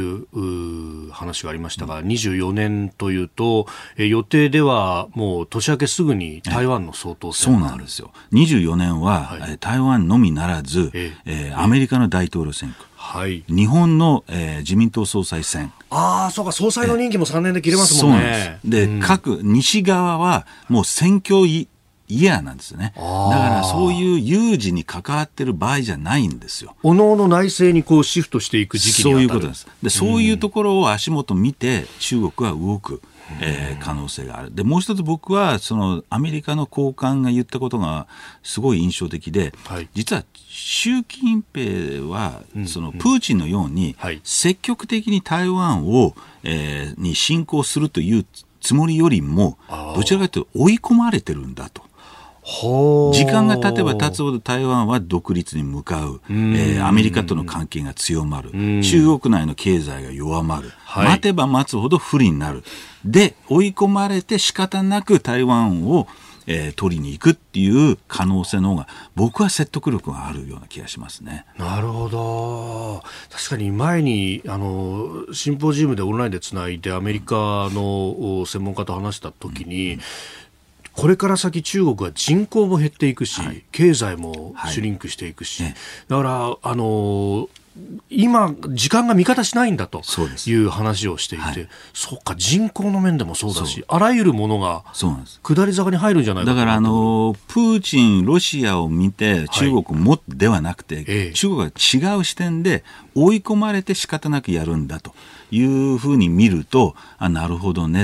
話がありましたが、24年というと、予定ではもう年明けすぐに台湾の総統選そうなんですよ。24年は、台湾のみならず、アメリカの大統領選挙、日本の、自民党総裁選、 そうか、総裁の任期も3年で切れますもんね。 で、各西側はもう選挙イヤーなんですよね。だからそういう有事に関わってる場合じゃないんですよ。 おのおの内政にシフトしていく時期にあたる。 そういうことです。で、そういうところを足元見て中国は動く、可能性がある。で、もう一つ僕はそのアメリカの高官が言ったことがすごい印象的で、実は習近平はそのプーチンのように積極的に台湾を、に侵攻するというつもりよりも、どちらかというと追い込まれてるんだと。時間が経てば経つほど台湾は独立に向かう、アメリカとの関係が強まる、中国内の経済が弱まる、待てば待つほど不利になる。で、追い込まれて仕方なく台湾を、取りに行くっていう可能性の方が僕は説得力があるような気がしますね。 なるほど。確かに前にシンポジウムでオンラインでつないでアメリカの専門家と話した時に、これから先中国は人口も減っていくし、経済もシュリンクしていくし、だから今時間が味方しないんだという話をしていて、そうか、人口の面でもそうだし、あらゆるものが下り坂に入るんじゃないかと。 だからプーチンロシアを見て中国もではなくて、中国は違う視点で追い込まれて仕方なくやるんだというふうに見ると、なるほどねと。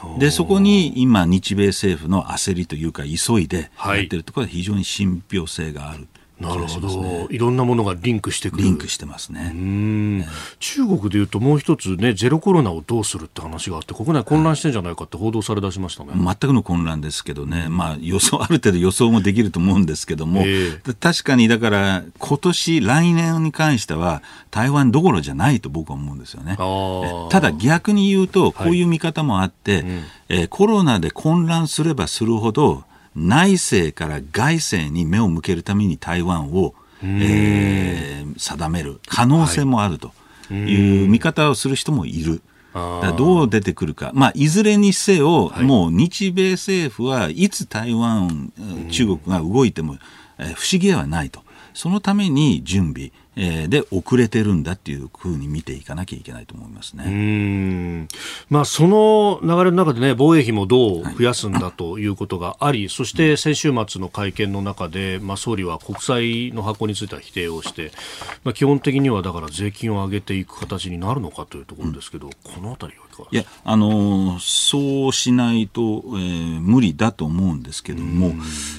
でそこに今日米政府の焦りというか急いでやってるところは非常に信憑性がある。 なるほど。いろんなものがリンクしてくる。 リンクしてますね。 中国でいうともう一つね、ゼロコロナをどうするって話があって、国内混乱してんじゃないかって報道され出しましたね。 全くの混乱ですけどね、まあある程度予想もできると思うんですけども、確かにだから来年に関しては台湾どころじゃないと僕は思うんですよね。ただ逆に言うとこういう見方もあって、コロナで混乱すればするほど内政から外政に目を向けるために台湾を、定める可能性もあるという見方をする人もいる。だからどう出てくるか、いずれにせよ、もう日米政府はいつ台湾、中国が動いても、不思議ではないと。そのために準備で遅れてるんだっていうふうに見ていかなきゃいけないと思いますね。 その流れの中でね、防衛費もどう増やすんだということがあり、そして先週末の会見の中で、総理は国債の発行については否定をして、基本的にはだから税金を上げていく形になるのかというところですけど、このあたりはいかがですか。 いや、そうしないと、無理だと思うんですけども、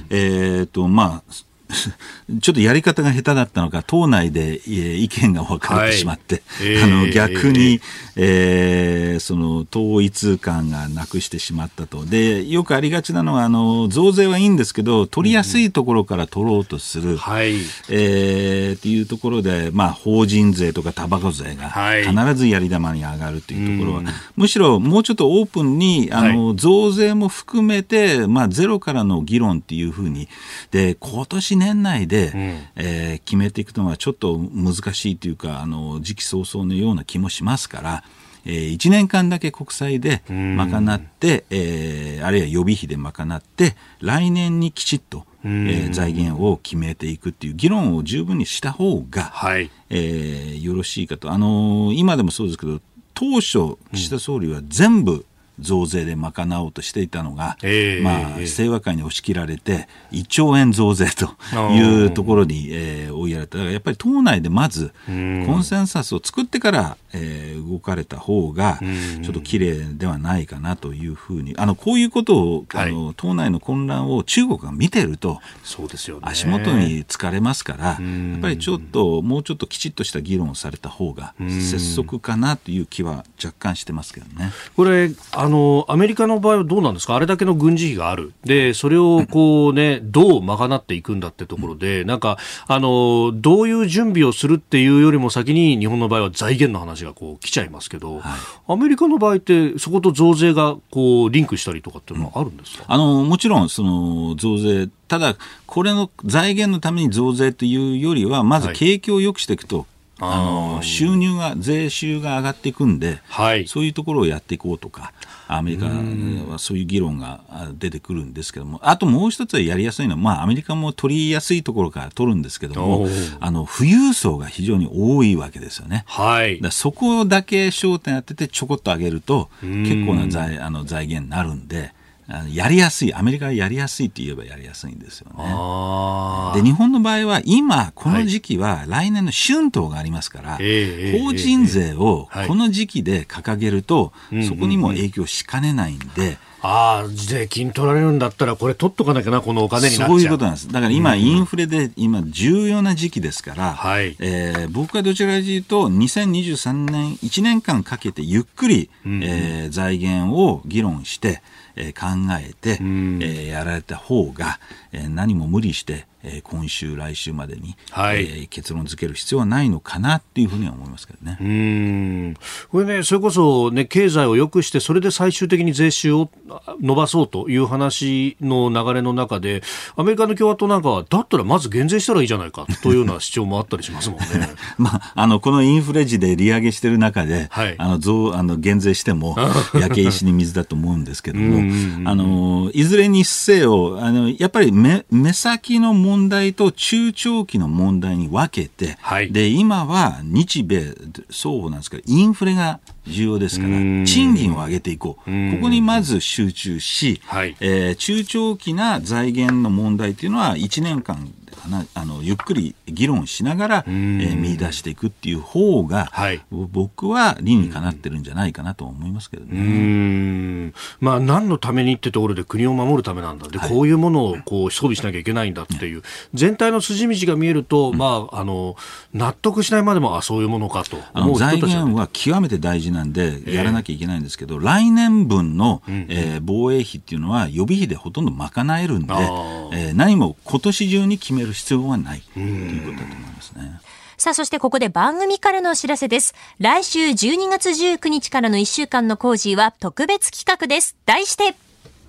ちょっとやり方が下手だったのか党内で意見が分かれてしまって、逆に、その統一感がなくしてしまったと。でよくありがちなのは増税はいいんですけど取りやすいところから取ろうとする、っていうところで、法人税とかタバコ税が必ずやり玉に上がるというところは、むしろもうちょっとオープンに増税も含めて、ゼロからの議論っていうふうにで今年年内で、決めていくのはちょっと難しいというか時期尚早のような気もしますから、1年間だけ国債で賄って、あるいは予備費で賄って来年にきちっと、財源を決めていくっていう議論を十分にした方が、よろしいかと。今でもそうですけど当初岸田総理は全部増税で賄おうとしていたのが、清和会に押し切られて1兆円増税というところに、追いやられた。だからやっぱり党内でまずコンセンサスを作ってから、動かれた方がちょっと綺麗ではないかなというふうにこういうことを、党内の混乱を中国が見ているとそうですよね、 足元に疲れますから、やっぱりもうちょっときちっとした議論をされた方が拙速かなという気は若干してますけどね。 これアメリカの場合はどうなんですか。あれだけの軍事費がある。で、それをどう賄っていくんだってところで、どういう準備をするっていうよりも先に日本の場合は財源の話が来ちゃいますけど、アメリカの場合ってそこと増税がリンクしたりとかっていうのはあるんですか。もちろんその増税、ただこれの財源のために増税というよりはまず景気を良くしていくと、税収が上がっていくんで、そういうところをやっていこうとか、アメリカはそういう議論が出てくるんですけども、あともう一つはやりやすいのは、アメリカも取りやすいところから取るんですけども、富裕層が非常に多いわけですよね。だそこだけ焦点当ててちょこっと上げると結構な財源になるんで、やりやすい、アメリカがやりやすいと言えばやりやすいんですよね。で日本の場合は今この時期は来年の春闘がありますから、法人税をこの時期で掲げると、そこにも影響しかねないんで、 税金取られるんだったらこれ取っとかなきゃな、このお金になっちゃう。 そういうことなんです。だから今、インフレで今重要な時期ですから、僕はどちらかというと2023年1年間かけてゆっくり、財源を議論して考えて、やられた方が、何も無理して今週来週までに、結論付ける必要はないのかなっていうふうには思いますけどね。 これね、それこそ、経済を良くしてそれで最終的に税収を伸ばそうという話の流れの中で、アメリカの共和党なんかはだったらまず減税したらいいじゃないかというような主張もあったりしますもんね。 このインフレ時で利上げしてる中で、減税しても焼け石に水だと思うんですけども、いずれにせよやっぱり目先の問題と中長期の問題に分けて、で今は日米双方なんですけどインフレが重要ですから賃金を上げていこう、ここにまず集中し、中長期な財源の問題というのは1年間ゆっくり議論しながら、見出していくっていう方が、はい、僕は理にかなってるんじゃないかなと思いますけどね。 まあ、何のためにってところで国を守るためなんだで、はい、こういうものをこう装備しなきゃいけないんだっていう、全体の筋道が見えると、まあ、納得しないまでもそういうものかと思う人たちは、ね、 財源は極めて大事なんでやらなきゃいけないんですけど、来年分の、防衛費っていうのは予備費でほとんど賄えるんで、何も今年中に決める必要はないということだと思いますね。 さあ、そしてここで番組からのお知らせです。来週12月19日からの1週間のコージーは特別企画です。題して、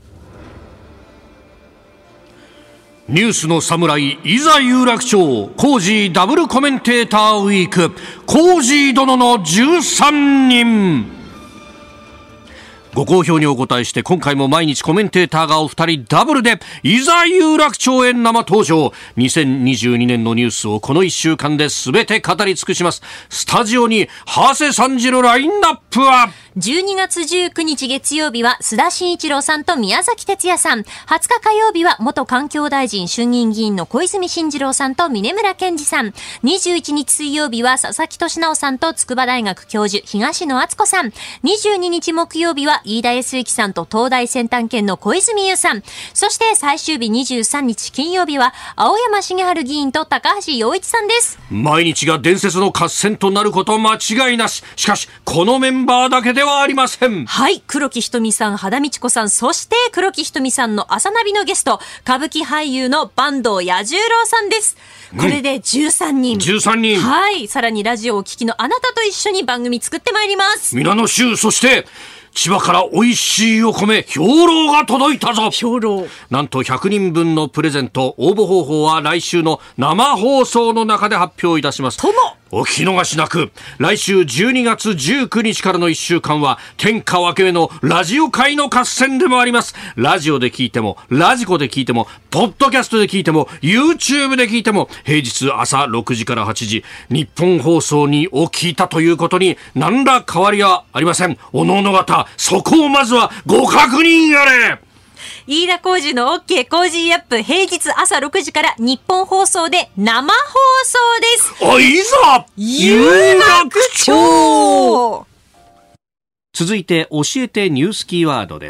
ニュースの侍いざ有楽町コージーダブルコメンテーターウィーク、コージー殿の13人。ご好評にお答えして、今回も毎日コメンテーターがお二人ダブルでいざ有楽町へ生登場。2022年のニュースをこの1週間で全て語り尽くします。スタジオに長谷さんじのラインナップは、 12月19日月曜日は須田慎一郎さんと宮崎哲也さん。20日火曜日は元環境大臣衆議院議員の小泉進次郎さんと峯村健二さん。21日水曜日は佐々木俊直さんと筑波大学教授東野敦子さん。22日木曜日は飯田康之さんと東大先端研の小泉優さん。そして最終日23日金曜日は青山茂春議員と高橋洋一さんです。 毎日が伝説の合戦となること間違いなし。しかしこのメンバーだけではありません。 はい、黒木瞳さん、羽田美智子さん、そして黒木瞳さんの朝ナビのゲスト、歌舞伎俳優の坂東彌十郎さんです。これで13人。 13人。 はい、さらにラジオをお聞きのあなたと一緒に番組作ってまいります。 皆の衆、そして千葉から美味しいお米、兵糧が届いたぞ。 兵糧。 なんと100人分のプレゼント。応募方法は来週の生放送の中で発表いたします。お聞き逃しなく。来週12月19日からの1週間は天下分け目のラジオ界の合戦でもあります。ラジオで聞いても、ラジコで聞いても、ポッドキャストで聞いても、 YouTube で聞いても、平日朝6時から8時日本放送にを聞いたということに何ら変わりはありません。おのおの方、そこをまずはご確認あれ。 飯田浩司の OK コージーアップ、平日朝6時から日本放送で生放送です。 いざ有楽町。続いて教えてニュースキーワードです。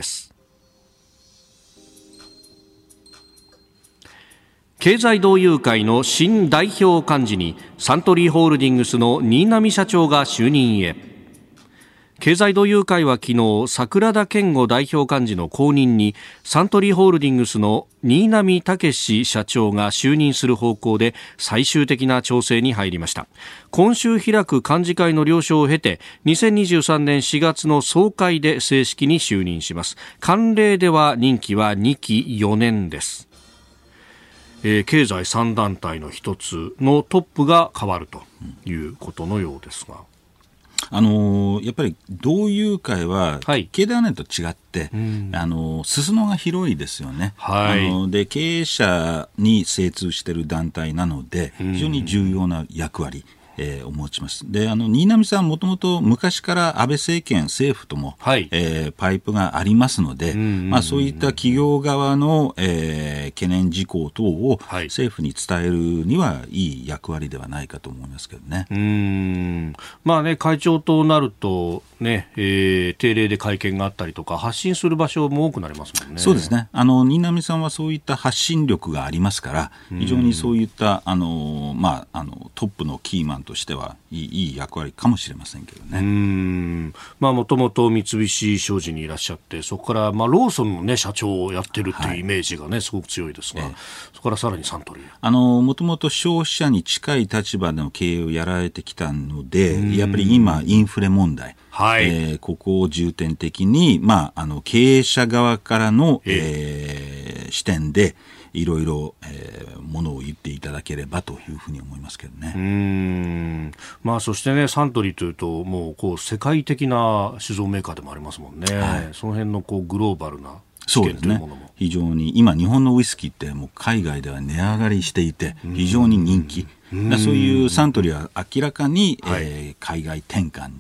経済同友会の新代表幹事にサントリーホールディングスの新浪社長が就任へ。経済同友会は昨日、桜田健吾代表幹事の後任にサントリーホールディングスの新浪剛史社長が就任する方向で最終的な調整に入りました。今週開く幹事会の了承を経て、2023年4月の総会で正式に就任します。慣例では任期は2期4年です。経済3団体の一つのトップが変わるということのようですが、 やっぱり同友会は経団連と違って、裾野が広いですよね。で経営者に精通している団体なので非常に重要な役割を持ちます。で新浪さんはもともと昔から安倍政権政府とも、パイプがありますので、そういった企業側の、懸念事項等を政府に伝えるにはいい役割ではないかと思いますけどね。 会長となると、定例で会見があったりとか発信する場所も多くなりますもんね。 そうですね。新浪さんはそういった発信力がありますから非常にそういったトップのキーマンとしてはいい役割かもしれませんけどね。 もともと三菱商事にいらっしゃって、そこからローソンの、社長をやってるっていうイメージが、すごく強いですが、そこからさらにサントリー、 もともと消費者に近い立場での経営をやられてきたので、やっぱり今インフレ問題、ここを重点的に、経営者側からの、視点でいろいろものを言っていただければというふうに思いますけどね。 そしてね、サントリーというともう世界的な酒造メーカーでもありますもんね。その辺のグローバルな知見というものも、 非常に今日本のウイスキーってもう海外では値上がりしていて非常に人気。そういうサントリーは明らかに、海外転換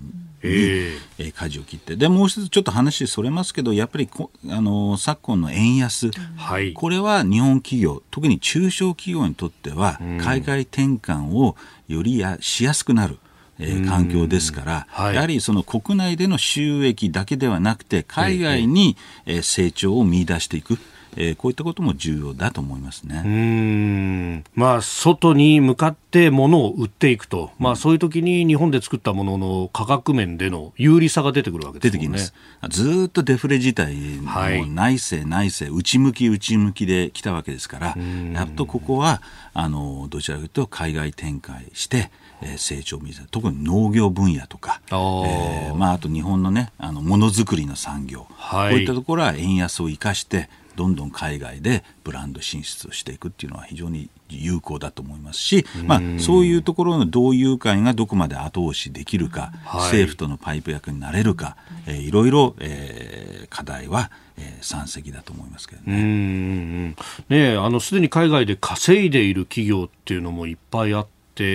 に舵を切って、でもう一つちょっと話それますけど、やっぱり昨今の円安、これは日本企業、特に中小企業にとっては海外転換をよりしやすくなる環境ですから、やはりその国内での収益だけではなくて海外に成長を見出していく、こういったことも重要だと思いますね。 外に向かって物を売っていくと、そういう時に日本で作ったものの価格面での有利さが出てくるわけですね。 出てきます。ずっとデフレ自体も内政内向きで来たわけですから、やっとここはどちらかというと海外展開して成長を見せる、特に農業分野とか、あと日本のねものづくりの産業、こういったところは円安を生かしてどんどん海外でブランド進出をしていくっていうのは非常に有効だと思いますし、そういうところの同友会がどこまで後押しできるか、政府とのパイプ役になれるか、いろいろ、課題は山積だと思いますけどね。 すでに海外で稼いでいる企業っていうのもいっぱいあって、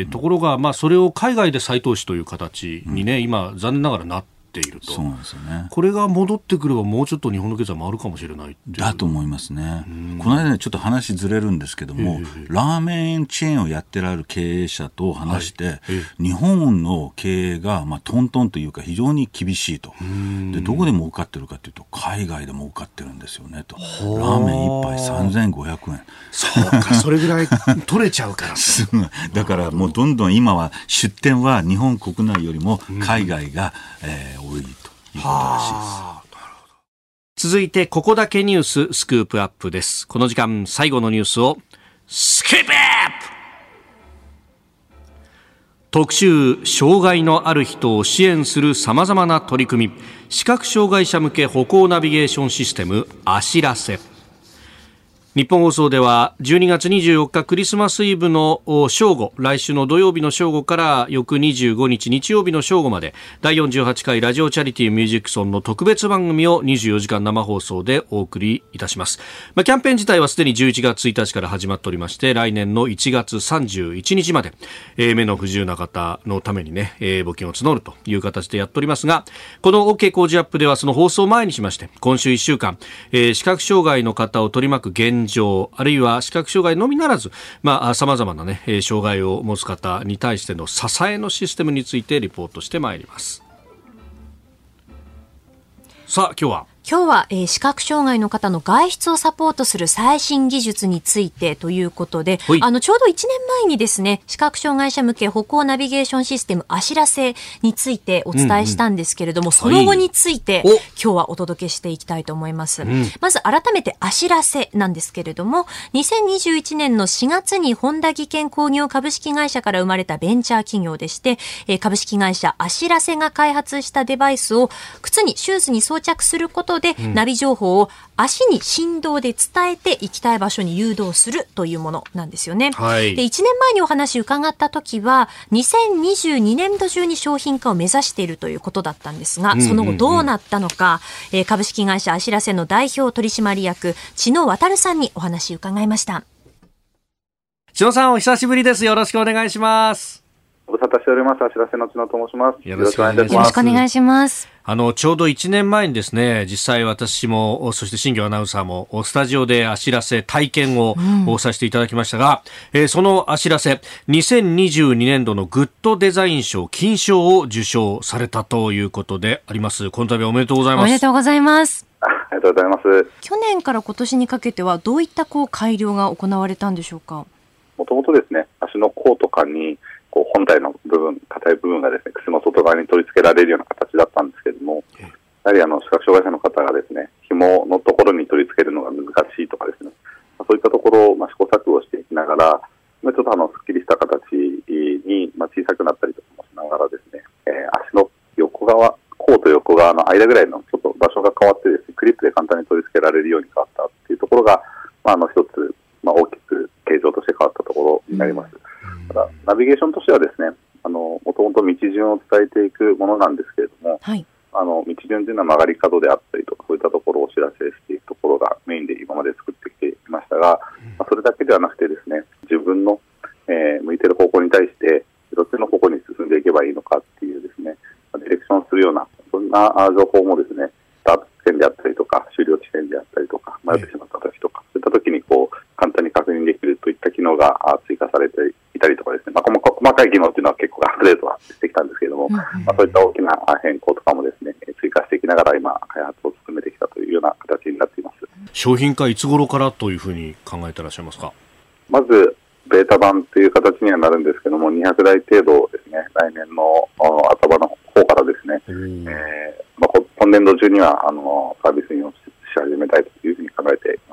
ところが、それを海外で再投資という形にね、今残念ながらなっていると。 そうなんですよね。 これが戻ってくればもうちょっと日本の経済回るかもしれないだと思いますね。この間ねちょっと話ずれるんですけども、ラーメンチェーンをやってられる経営者と話して、日本の経営がトントンというか非常に厳しいと。でどこで儲かってるかというと海外で儲かってるんですよねと。ラーメン1杯3500円。 そうか、それぐらい取れちゃうからだからもうどんどん今は出店は日本国内よりも海外が、多いということらしいです。 続いてここだけニューススクープアップです。この時間最後のニュースをスクープアップ。特集、障害のある人を支援するさまざまな取り組み、視覚障害者向け歩行ナビゲーションシステムあしらせ。日本放送では12月24日クリスマスイブの正午、来週の土曜日の正午から翌25日日曜日の正午まで第48回ラジオチャリティーミュージックソンの特別番組を24時間生放送でお送りいたします。キャンペーン自体はすでに11月1日から始まっておりまして、来年の1月31日まで、目の不自由な方のためにね、募金を募るという形でやっておりますが、この OK 工事アップではその放送を前にしまして、今週1週間、視覚障害の方を取り巻く現状、あるいは視覚障害のみならず、様々なね、障害を持つ方に対しての支えのシステムについてリポートしてまいります。さあ今日は視覚障害の方の外出をサポートする最新技術についてということで、ちょうど1年前にですね、視覚障害者向け歩行ナビゲーションシステムあしらせについてお伝えしたんですけれども、その後について今日はお届けしていきたいと思います。まず改めてあしらせなんですけれども、2021年の4月に本田技研工業株式会社から生まれたベンチャー企業でして、株式会社あしらせが開発したデバイスを靴にシューズに装着することで、ナビ情報を足に振動で伝えて行きたい場所に誘導するというものなんですよね。で、1年前にお話伺った時は2022年度中に商品化を目指しているということだったんですが、その後どうなったのか、株式会社あしらせの代表取締役千野渉さんにお話伺いました。 千野さん、お久しぶりです。よろしくお願いします。 ご無沙汰しております。あしらせの千野と申します。 よろしくお願いします。 よろしくお願いします。 ちょうど1年前にですね、実際私も、そして新庄アナウンサーも、スタジオであしらせ体験を、させていただきましたが、そのあしらせ、2022年度のグッドデザイン賞金賞を受賞されたということであります。この度はおめでとうございます。 おめでとうございます。 ありがとうございます。 去年から今年にかけてはどういった改良が行われたんでしょうか。 もともとですね、足の甲とかに本体の部分、硬い部分がですね、靴の外側に取り付けられるような形だったんですけれども、やはり視覚障害者の方がですね、紐のところに取り付けるのが難しいとかですね、そういったところを試行錯誤していきながら、ちょっとすっきりした形に小さくなったりとかもしながらですね、足の横側、甲と横側の間ぐらいのちょっと場所が変わってですね、クリップで簡単に取り付けられるように変わったっていうところが、一つ、大きく形状として変わったところになります。ただナビゲーションとしてはですね、もともと道順を伝えていくものなんですけれども、道順というのは曲がり角であったりとか、そういったところをお知らせしていくところがメインで今まで作ってきていましたが、それだけではなくてですね、自分の、向いている方向に対してどっちの方向に進んでいけばいいのかっていうですね、ディレクションするよな情報もですね、スタート地点であったりとか、終了地点であったりとか、迷ってしまった時とか、そういった時に簡単に確認できるといった機能が追加されていたりとかですね、細かい機能っていうのは結構アップデートはしてきたんですけれども、そういった大きな変更とかもですね、追加していきながら今、開発を進めてきたというような形になっています。 商品化いつ頃からというふうに考えていらっしゃいますか？ まず、ベータ版という形にはなるんですけども、200台程度ですね、来年の頭の方からですね、今年度中にはサービスにし始めたいというふうに考えています。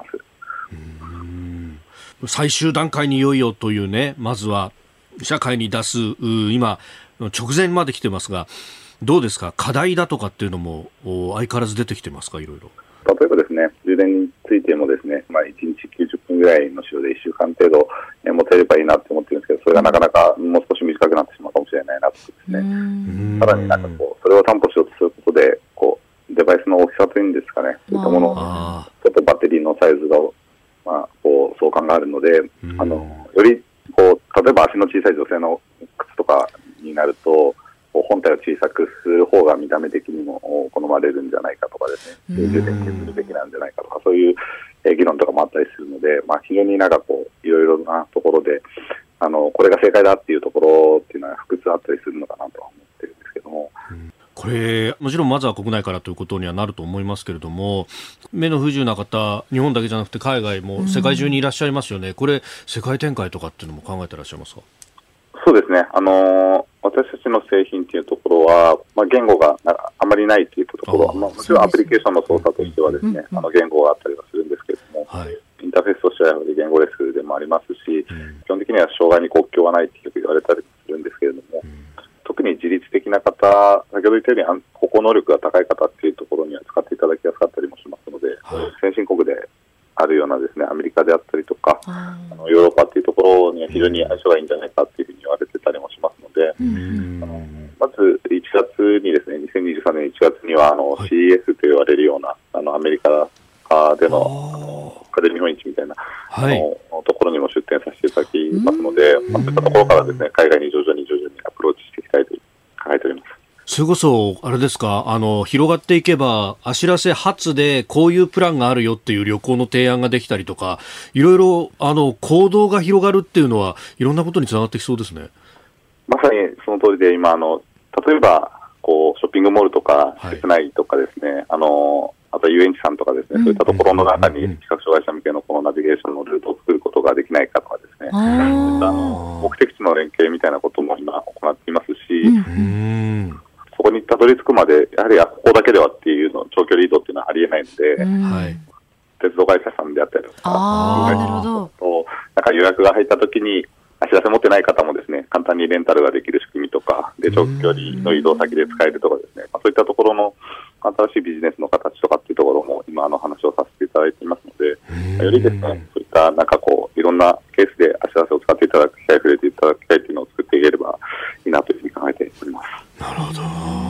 最終段階にいよいよというね、まずは社会に出す今直前まで来てますが、どうですか、課題だとかっていうのも相変わらず出てきてますか？いろいろ。 例えばですね、充電についてもですね、1日90分ぐらいの使用で1週間程度持てればいいなと思ってるんですけど、それがなかなかもう少し短くなってしまうかもしれないなとですね。さらにそれを担保しようとすることで、デバイスの大きさというんですかね、そういったもの、ちょっとバッテリーのサイズが、相関があるので、より例えば足の小さい女性の靴とかになると、本体を小さくする方が見た目的にも好まれるんじゃないかとかですね、充電削るべきなんじゃないかとか、そういう議論とかもあったりするので、非常にいろいろなところで、これが正解だっていうところっていうのは複数あったりするのかなとは思ってるんですけども。 これもちろんまずは国内からということにはなると思いますけれども、目の不自由な方、日本だけじゃなくて海外も世界中にいらっしゃいますよね。これ世界展開とかっていうのも考えてらっしゃいますか？ そうですね、私たちの製品というところは、言語があまりないといったところは、もちろんアプリケーションの操作としてはですね、言語があったりはするんですけれども、インターフェースとしてはやはり言語レスでもありますし、基本的には障害に国境はないとよく言われたりするんですけれども、特に自律的な方、先ほど言ったように歩行能力が高い方っていうところには使っていただきやすかったりもしますので、先進国であるようなですね、アメリカであったりとか、ヨーロッパっていうところには非常に相性がいいんじゃないかっていうふうに言われてたりもしますので、まず1月にですね、2023年1月にはCES と言われるようなアメリカでのアカデミー本市みたいな、ところにも出展させていただきますので、そういったところからですね、海外に徐々にアプローチしていきたいと考えております。 それこそあれですか、広がっていけばあしらせ初でこういうプランがあるよっていう旅行の提案ができたりとか、いろいろ行動が広がるっていうのはいろんなことにつながってきそうですね。 まさにその通りで、今例えばショッピングモールとか施設内とかですね、あと遊園地さんとかですね、そういったところの中に視覚障害者向けのこのナビゲーションのルートを作ることができないかとかですね、目的地の連携みたいなことも今行っていますし、そこにたどり着くまでやはりここだけではっていうの長距離移動っていうのはありえないので、鉄道会社さんであったりとか、なんか予約が入ったときに足出せ持ってない方もですね、簡単にレンタルができる仕組みとかで、長距離の移動先で使えるとかですね、そういったところの新しいビジネスの形とかっていうところも今話をさせていただいていますので、よりですね、そういったいろんなケースで足出せを使っていただく機会、触れていただく機会っていうのを作っていければいいなというふうに考えております。 なるほど。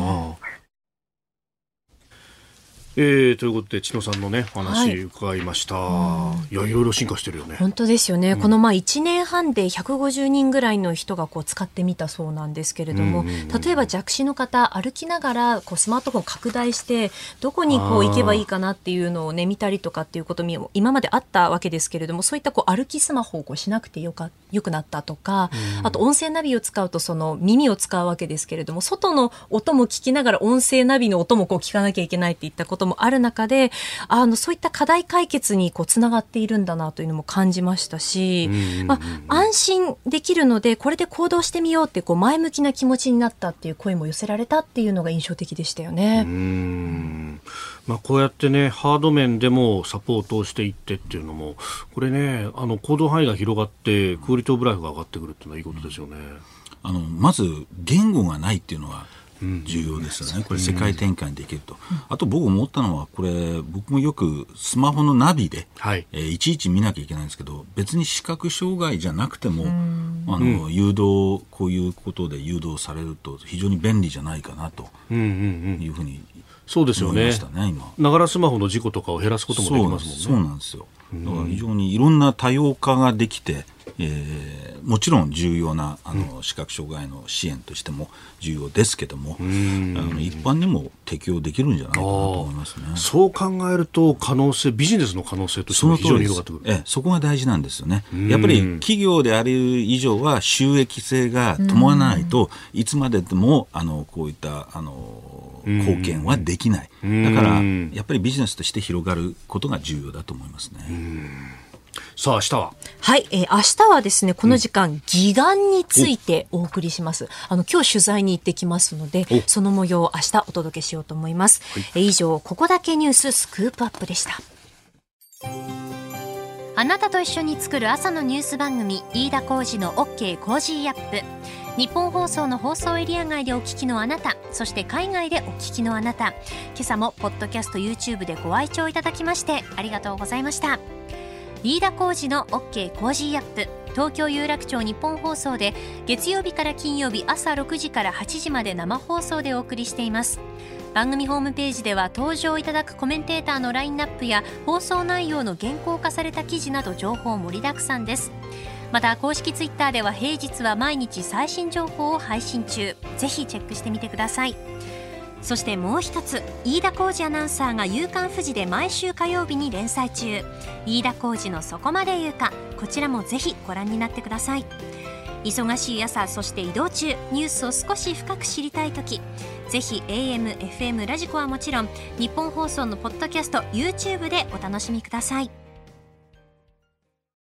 ということで千野さんのね話伺いました。いろいろ進化してるよね。 本当ですよね。この1年半で150人ぐらいの人が使ってみたそうなんですけれども、例えば弱視の方、歩きながらスマートフォン拡大してどこに行けばいいかなっていうのをね見たりとかっていうことも今まであったわけですけれども、そういった歩きスマホをしなくてよくなったとか、あと音声ナビを使うとその耳を使うわけですけれども、外の音も聞きながら音声ナビの音も聞かなきゃいけないっていったこともある中で、そういった課題解決につながっているんだなというのも感じましたし、安心できるのでこれで行動してみようって前向きな気持ちになったっていう声も寄せられたっていうのが印象的でしたよね。 こうやってねハード面でもサポートをしていってっていうのも、これね行動範囲が広がってクオリティオブライフが上がってくるっていうのはいいことですよね。 まず言語がないっていうのは重要ですよね。これ世界展開にできると。あと僕思ったのは、これ僕もよくスマホのナビで、いちいち見なきゃいけないんですけど、別に視覚障害じゃなくても誘導、こういうことで誘導されると非常に便利じゃないかなというふうにそうですよね。ながらスマホの事故とかを減らすこともできますもんね。 そうなんですよ。だから非常にいろんな多様化ができて、 もちろん重要な視覚障害の支援としても重要ですけども、一般にも適用できるんじゃないかなと思いますね。 そう考えるとビジネスの可能性としても非常に広がってくる。 そこが大事なんですよね。やっぱり企業である以上は収益性が伴わないといつまででもこういった貢献はできない。だからやっぱりビジネスとして広がることが重要だと思いますね。 さあ明日は、 はい、明日はですね、この時間、義眼についてお送りします。今日取材に行ってきますので、その模様を明日お届けしようと思います。以上、ここだけニューススクープアップでした。あなたと一緒に作る朝のニュース番組、飯田浩司の OK コージーアップ。日本放送の放送エリア外でお聞きのあなた、そして海外でお聞きのあなた、今朝もポッドキャスト YouTube でご愛聴いただきましてありがとうございました。飯田浩司の OK コージーアップ、東京有楽町日本放送で月曜日から金曜日朝6時から8時まで生放送でお送りしています。番組ホームページでは登場いただくコメンテーターのラインナップや放送内容の原稿化された記事など情報盛りだくさんです。また公式ツイッターでは平日は毎日最新情報を配信中、ぜひチェックしてみてください。そしてもう一つ、飯田浩司アナウンサーが夕刊フジで毎週火曜日に連載中、飯田浩司のそこまで言うか、こちらもぜひご覧になってください。忙しい朝、そして移動中、ニュースを少し深く知りたいとき、ぜひ AM、FM、ラジコはもちろん日本放送のポッドキャスト YouTube でお楽しみください。